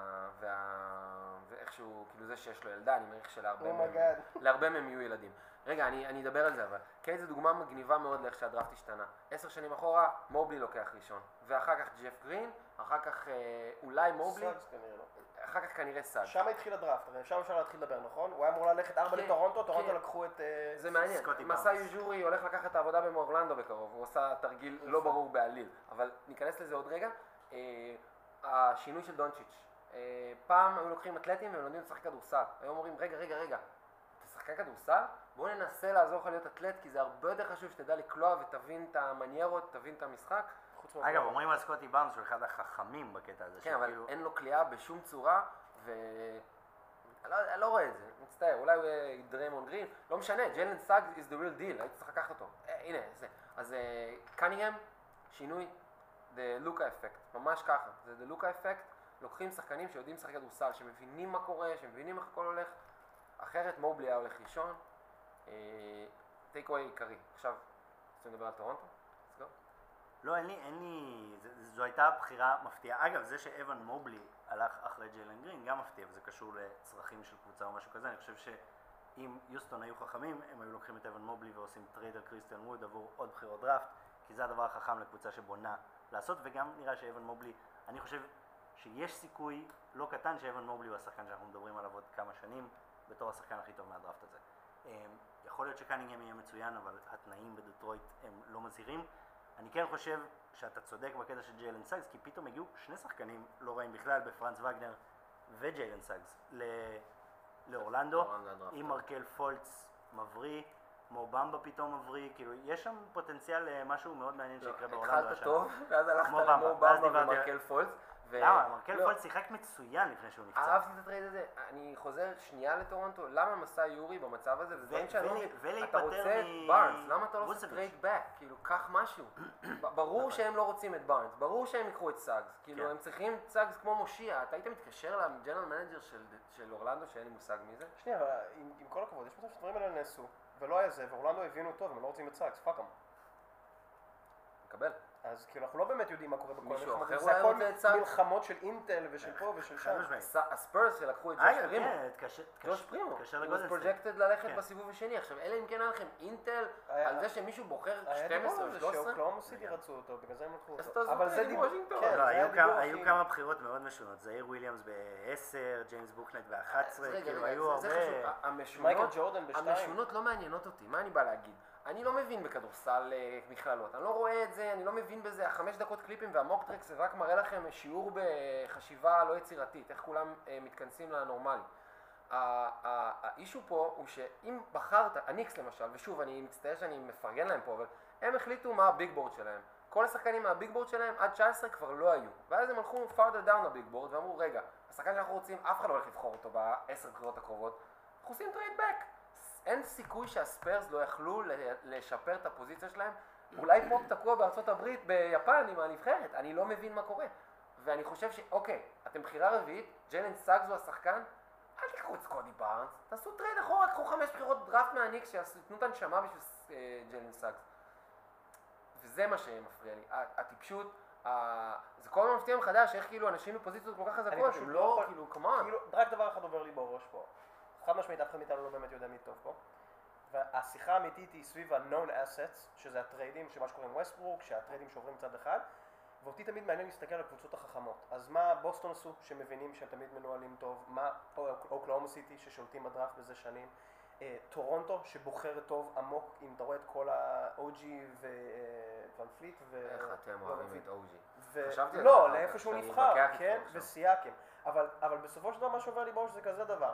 ואיכשהו, כאילו זה שיש לו ילדה, אני מעריך שלהרבה מהם יהיו ילדים. רגע, אני אדבר על זה, אבל קייד זה דוגמה מגניבה מאוד לאיך שהדראפט השתנה. 10 שנים אחורה, מובלי לוקח ראשון, ואחר כך ג'ף גרין, אחר כך אולי מובלי, אחר כך כנראה סאג. שם התחיל הדראפט, הרי שם אפשר להתחיל לדבר, נכון? הוא היה אמור ללכת 4 לטורונטו, טורונטו לקחו את... זה מעניין, מסאי יוז'ורי הולך לקחת את העבודה באורלנדו בקרוב, הוא עושה תרגיל לא ברור בעליל, אבל ניכנס לזה עוד רגע. השינוי של דונצ'יץ', פעם היו לוקחים אתלטים והם לומדים לשחק כדורסל, היו אומרים רגע, אתה שחקן כדורסל? בואו ננסה לעזור לך להיות אתלט, כי זה הרבה יותר חשוב שתדע לקלוע ותבין את המניירות, תבין את המשחק. אגב, אומרים על סקוטי בארנס שהוא אחד החכמים בקטע הזה. כן, אבל אין לו קליעה בשום צורה, אני לא רואה את זה, מצטער, אולי הוא יהיה דריימונד גרין, לא משנה, ג'יילן סאג is the real deal, הייתי צריך לקחת אותו. הנה, זה. אז קנינגהם, שינוי, the Luka effect, ממש ככה, זה the Luka effect, לוקחים שחקנים שיודעים לשחק כדורסל, שמבינים מה קורה, שמבינים איך הכל הולך, אחרת מובלי היה הולך ראשון, טייק אווי עיקרי. עכשיו, רוצים לדבר על טורונטו? let's go. לא, אין לי, זו הייתה בחירה מפתיעה. אגב, זה שאבן מובלי הלך אחרי ג'יילן גרין גם מפתיע, וזה קשור לצרכים של קבוצה או משהו כזה. אני חושב שאם יוסטון היו חכמים, הם היו לוקחים את אבן מובלי ועושים טרייד על קריסטיאן ווד עבור עוד בחירות דראפט, כי זה הדבר החכם לקבוצה שבונה לעשות, וגם נראה שאבן מובלי, אני חושב שיש סיכוי לא קטן שאבן מובלי הוא השחקן שאנחנו מדברים עליו עוד כמה שנים, בתור השחקן הכי טוב מהדראפט הזה. יכול להיות שקנינגהם יהיה מצוין, אבל התנאים בדטרויט הם לא מזהירים. אני כן חושב שאתה צודק בקטע של ג'יילן סאגס, כי פתאום הגיעו 2 שחקנים לא רעים בכלל, בפרנץ וגנר וג'יילן סאגס, לאורלנדו, עם מרקל פולץ מבריא, מובמבה פתאום מבריא, כאילו יש שם פוטנציאל למשהו מאוד מעניין שיקרה באורלנדו השנה. התחלת טוב, ואז הלכת למובמבה ומרקל פולץ, למה? מרקל פולץ שיחק מצוין לפני שהוא נפצע. אהבתי את הטרייד הזה, אני חוזר שנייה לטורונטו, למה מסע יורי במצב הזה? וזה דברים שאני לא מבין, אתה רוצה את בארנס, למה אתה לא עושה טרייד בק? כאילו, קח משהו. ברור שהם לא רוצים את בארנס, ברור שהם יקחו את סאגס, כאילו הם צריכים סאגס כמו מושיע, אתה היית מתקשר לג'נרל מנג'ר של אורלנדו שאין לי מושג מי זה? שנייה, אבל עם כל הכבוד, יש מצב שדברים האלה נעשו, ולא היה זה, ואורלנדו הבינו טוב, הם לא רוצים את סאגס, פאקם. מקבל. אז כאילו אנחנו לא באמת יודעים מה קורה בכל מלחמות, זה הכל מלחמות של אינטל ושל פה ושל שם. הספרס שלקחו את ג'וש פרימו, הוא פרוג'קטד ללכת בסיבוב השני. עכשיו אלה אם כן היה לכם אינטל על זה שמישהו בוחר 12 או 13? שאוקלאומה סיטי רצו אותו, בגלל זה הם לקחו אותו. אבל זה דיוושינגטון. היו כמה בחירות מאוד משונות, זאיר וויליאמס ב-10, ג'יימס בוקנט ב-11, כאילו היו הרבה... מייקל ג'ורדן ב-2. המשונות לא מעניינות אותי, מה אני בא להגיד? אני לא מבין בכדורסל מכללות, אני לא רואה את זה, אני לא מבין בזה, 5 דקות קליפים והמוקטרק זה רק מראה לכם שיעור בחשיבה לא יצירתית, איך כולם מתכנסים לנורמלי. האישו פה הוא שאם בחרת, הניקס למשל, ושוב אני מצטער שאני מפרגן להם פה, אבל הם החליטו מה הביג בורד שלהם. כל השחקנים מהביג בורד שלהם עד 19 כבר לא היו, ואז הם הלכו farther down לביג בורד ואמרו רגע, השחקן שאנחנו רוצים, אף אחד לא הולך לבחור אותו ב10 בחירות הקרובות, אנחנו עושים טרייד בק. אין סיכוי שהספרס לא יכלו לשפר את הפוזיציה שלהם. אולי פופ תקוע בארצות הברית, ביפן עם הנבחרת. אני לא מבין מה קורה. ואני חושב אוקיי, אתם בחירה רביעית, ג'יילן סאגס הוא השחקן, אל תקחו את סקודי בארנס, תעשו טרייד אחורה, קחו 5 בחירות דראפט מהניקס, שיתנו את הנשמה בשביל ג'יילן סאגס. וזה מה שמפריע לי. הטיפשות, זה כל הזמן מפתיע מחדש, איך כאילו אנשים בפוזיציות כל כך חזקות, הם לא, כאילו, כמובן. רק דבר אחד עובר לי בראש פה. חד משמעית, אף אחד מאיתנו לא באמת יודע מי טוב פה. והשיחה האמיתית היא סביב ה-known assets, שזה הטריידים, שמה שקוראים ווסטברוק, שהטריידים שעוברים מצד אחד, ואותי תמיד מעניין להסתכל על הקבוצות החכמות. אז מה בוסטון עשו, שמבינים שהם תמיד מנוהלים טוב? מה אוקלאומה סיטי, ששולטים בדראפט בזה שנים? טורונטו, שבוחרת טוב עמוק, אם אתה רואה את כל ה-OG וואן פליט איך אתם אוהבים את OG? לא, לאיפה שהוא נבחר, כן? וסייקם. אבל בסופו של דבר מה שעובר לי בראש זה כזה דבר.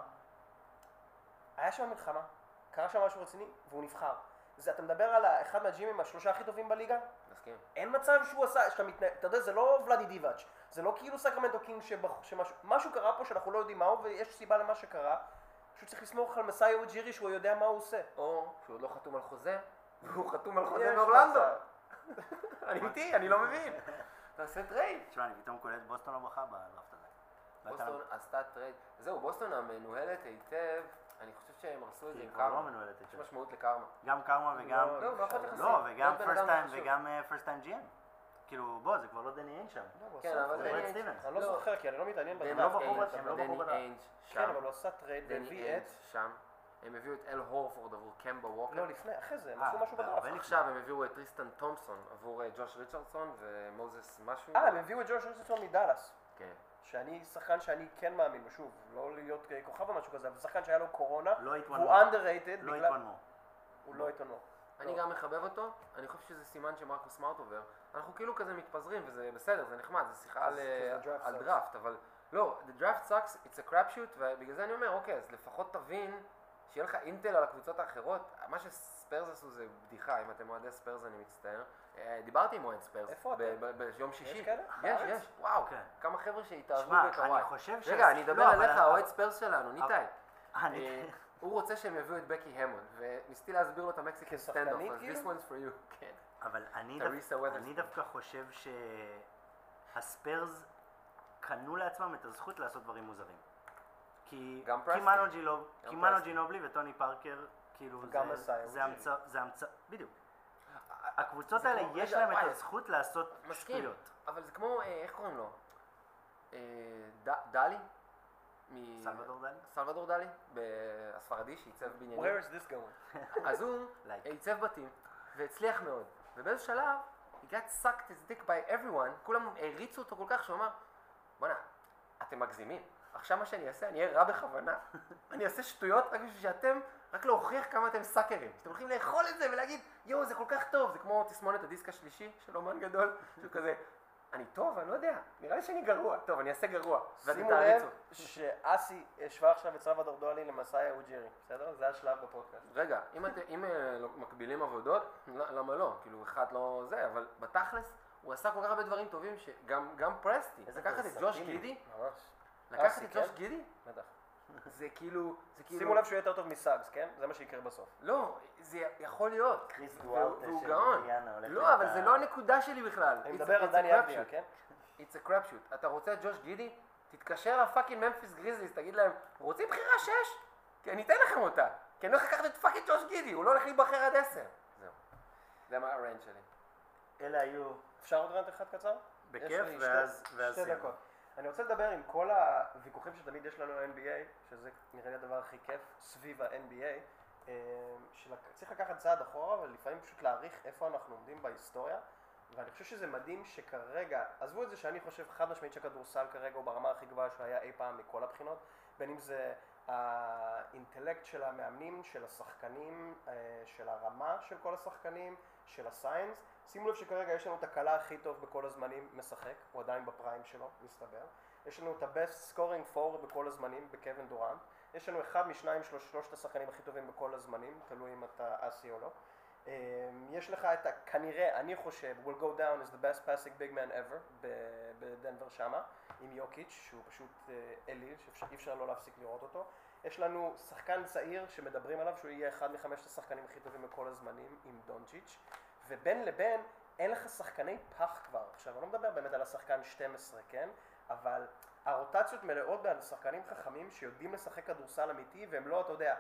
היה שם מלחמה, קרה שם משהו רציני, והוא נבחר. אתה מדבר על אחד מהג'ימים, השלושה הכי טובים בליגה? מסכים. אין מצב שהוא עשה, אתה יודע, זה לא ולאדי דיבאץ', זה לא כאילו סקרמנטו קינג שמשהו קרה פה שאנחנו לא יודעים מהו, ויש סיבה למה שקרה, שהוא צריך לסמוך על מסאי אוג'ירי שהוא יודע מה הוא עושה. או שהוא עוד לא חתום על חוזה, והוא חתום על חוזה מאורלנדו. אני איתי, אני לא מבין. תעשה טרייד. תשמע, אני פתאום קולט בוסטון לא ברכה בדראפט הזה. בוסטון עשתה טרייד. זהו, בוסטון המנוהלת היטב. אני חושב שהם הרסו את זה עם קרמה. קרמה. לא מנוהלת היטב. יש משמעות לקרמה. גם קרמה וגם... לא, וגם first time GM. כאילו, בוא, זה כבר לא דני איינג' שם. כן, אבל דני איינג' אני לא זוכר, כי אני לא מתעניין הם לא בחרו בדראפט. דני איינג' שם. כן, אבל הוא עשה טרייד דני איינג' שם. הם הביאו את אל הורפורד עבור קמבה ווקר. לא, לפני, אחרי זה, הם עשו משהו בדראפט. עכשיו הם הביאו את טריסטן תומפסון עבור ג'וש ריצ'רדסון ומוזס משהו. הם הביאו את ג'וש ריצ'רדסון מדאלאס. כן. שאני שחקן שאני כן מאמין, ושוב, לא להיות כוכב או משהו כזה, אבל שחקן שהיה לו קורונה, והוא underrated. לא התמנו. הוא לא התמנו. אני גם מחבב אותו, אני חושב שזה סימן שמרקוס סמארט עובר. אנחנו כאילו כזה מתפזרים וזה בסדר, זה נחמד, זה שיחה על דראפט, אבל לא, the draft sucks, it's a crapshoot, ובגלל זה אני אומר, אוקיי, אז לפחות תבין שיהיה לך אינטל על הקבוצות האחרות. מה שספרס עשו זה בדיחה, אם אתם אוהדי ספרס אני מצטער. דיברתי עם אוהד ספרס. איפה אתם? ביום שישי. יש כאלה? יש, וואו, כמה חבר'ה שהתאהבו בקוואי. אני חושב רגע, אני אדבר עליך, אוהד ספרס שלנו, ניתאי. הוא רוצה שהם יביאו את בקי המון, וניסיתי להסביר לו את המקסיקן סטנד-אוף, אז this one's for you. כן. אבל אני דווקא חושב שהספרס קנו לעצמם את הזכות לעשות דברים מוזרים. כי מנו ג'ינובלי וטוני פארקר, כאילו זה המצא, בדיוק. הקבוצות האלה יש להם את הזכות לעשות שטויות. אבל זה כמו, איך קוראים לו? דלי? סלבדור דלי, הספרדי שעיצב בניינים. Where is this going? אז הוא עיצב בתים והצליח מאוד, ובאיזה שלב he got sucked his dick by everyone, כולם הריצו אותו כל כך שהוא אמר, בוא'נה, אתם מגזימים, עכשיו מה שאני אעשה, אני אהיה רע בכוונה, אני אעשה שטויות רק בשביל שאתם, רק להוכיח כמה אתם סאקרים, שאתם הולכים לאכול את זה ולהגיד, יואו זה כל כך טוב, זה כמו תסמונת הדיסק השלישי של אומן גדול, שהוא כזה, אני טוב, אני לא יודע, נראה לי שאני גרוע, טוב, אני אעשה גרוע. שימו לב שאסי השווה עכשיו את סלבדור דלי למסאי אוג'ירי, בסדר? זה השלב בפודקאסט. רגע, אם מקבילים עבודות, למה לא? כאילו, אחד לא זה, אבל בתכלס, הוא עשה כל כך הרבה דברים טובים שגם פרסטי, לקחת את ג'וש גידי, ממש. לקחת את ג'וש גידי, בטח. זה כאילו... שימו לב שהוא יהיה יותר טוב מסאגס, כן? זה מה שיקרה בסוף. לא, זה יכול להיות. קריס דוארטה והוא של גאון. אינדיאנה הולך לא, אבל זה לא הנקודה שלי בכלל. אני מדבר על דני אבדיה, כן? It's a crap shoot. אתה רוצה את ג'וש גידי? תתקשר לפאקינג ממפיס גריזליס, תגיד להם, רוצים בחירה 6? כי אני אתן לכם אותה. כי אני הולך לקחת את פאקינג ג'וש גידי, הוא לא הולך להיבחר עד 10. זהו. זה מה הריינג' שלי. אלה היו... אפשר עוד רנט אחד קצר? בכיף, ואז שתי דקות. אני רוצה לדבר עם כל הוויכוחים שתמיד יש לנו ל-NBA, שזה נראה לי הדבר הכי כיף סביב ה-NBA, שצריך לקחת צעד אחורה ולפעמים פשוט להעריך איפה אנחנו עומדים בהיסטוריה, ואני חושב שזה מדהים שכרגע, עזבו את זה שאני חושב חד משמעית שכדורסל כרגע הוא ברמה הכי גבוהה שהיה אי פעם מכל הבחינות, בין אם זה האינטלקט של המאמנים, של השחקנים, של הרמה של כל השחקנים, של הסיינס. שימו לב שכרגע יש לנו את הקלה הכי טוב בכל הזמנים משחק, הוא עדיין בפריים שלו, מסתבר. יש לנו את ה-best scoring forward בכל הזמנים, בקווין דורנט. יש לנו אחד משניים שלושת השחקנים הכי טובים בכל הזמנים, תלוי אם אתה אסי או לא. יש לך את כנראה, אני חושב, will go down is the best passing big man ever בדנבר שמה, עם יוקיץ' שהוא פשוט אליל, שאי אפשר לא להפסיק לראות אותו. יש לנו שחקן צעיר שמדברים עליו שהוא יהיה אחד מחמשת השחקנים הכי טובים בכל הזמנים, עם דונצ'יץ', ובין לבין אין לך שחקני פח כבר. עכשיו, אני לא מדבר באמת על השחקן 12, כן? אבל הרוטציות מלאות בשחקנים חכמים שיודעים לשחק כדורסל אמיתי, והם לא, אתה יודע,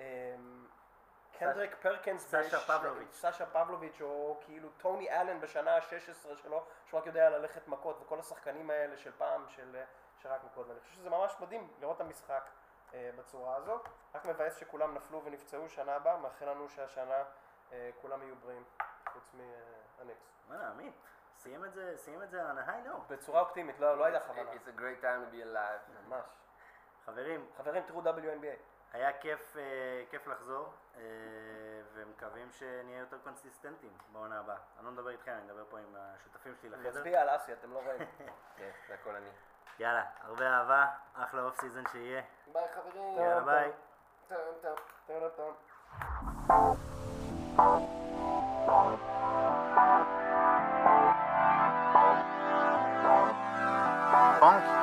קנדריק פרקינס, סאשה פבלוביץ' או כאילו טוני אלן בשנה ה-16 שלו, שהוא רק יודע ללכת מכות, וכל השחקנים האלה של פעם, שרק מכות. ואני חושב שזה ממש מדהים לראות את המשחק בצורה הזאת. רק מבאס שכולם נפלו ונפצעו שנה הבאה, מאחל לנו שהשנה כולם יהיו בריאים, חוץ מהניקס. עמית, סיים את זה on a high note. בצורה אופטימית, לא הייתה חבנה. It's a great time to be alive. ממש. חברים, תראו WNBA. היה כיף לחזור, ומקווים שנהיה יותר קונסיסטנטים בעונה הבאה. אני לא מדבר איתכם, אני מדבר פה עם השותפים שלי לחדר. מצביע על אסי, אתם לא רואים. כן, זה הכל אני. יאללה, הרבה אהבה, אחלה אוף סיזון שיהיה. ביי חברים. יאללה ביי. טוב. Bonk.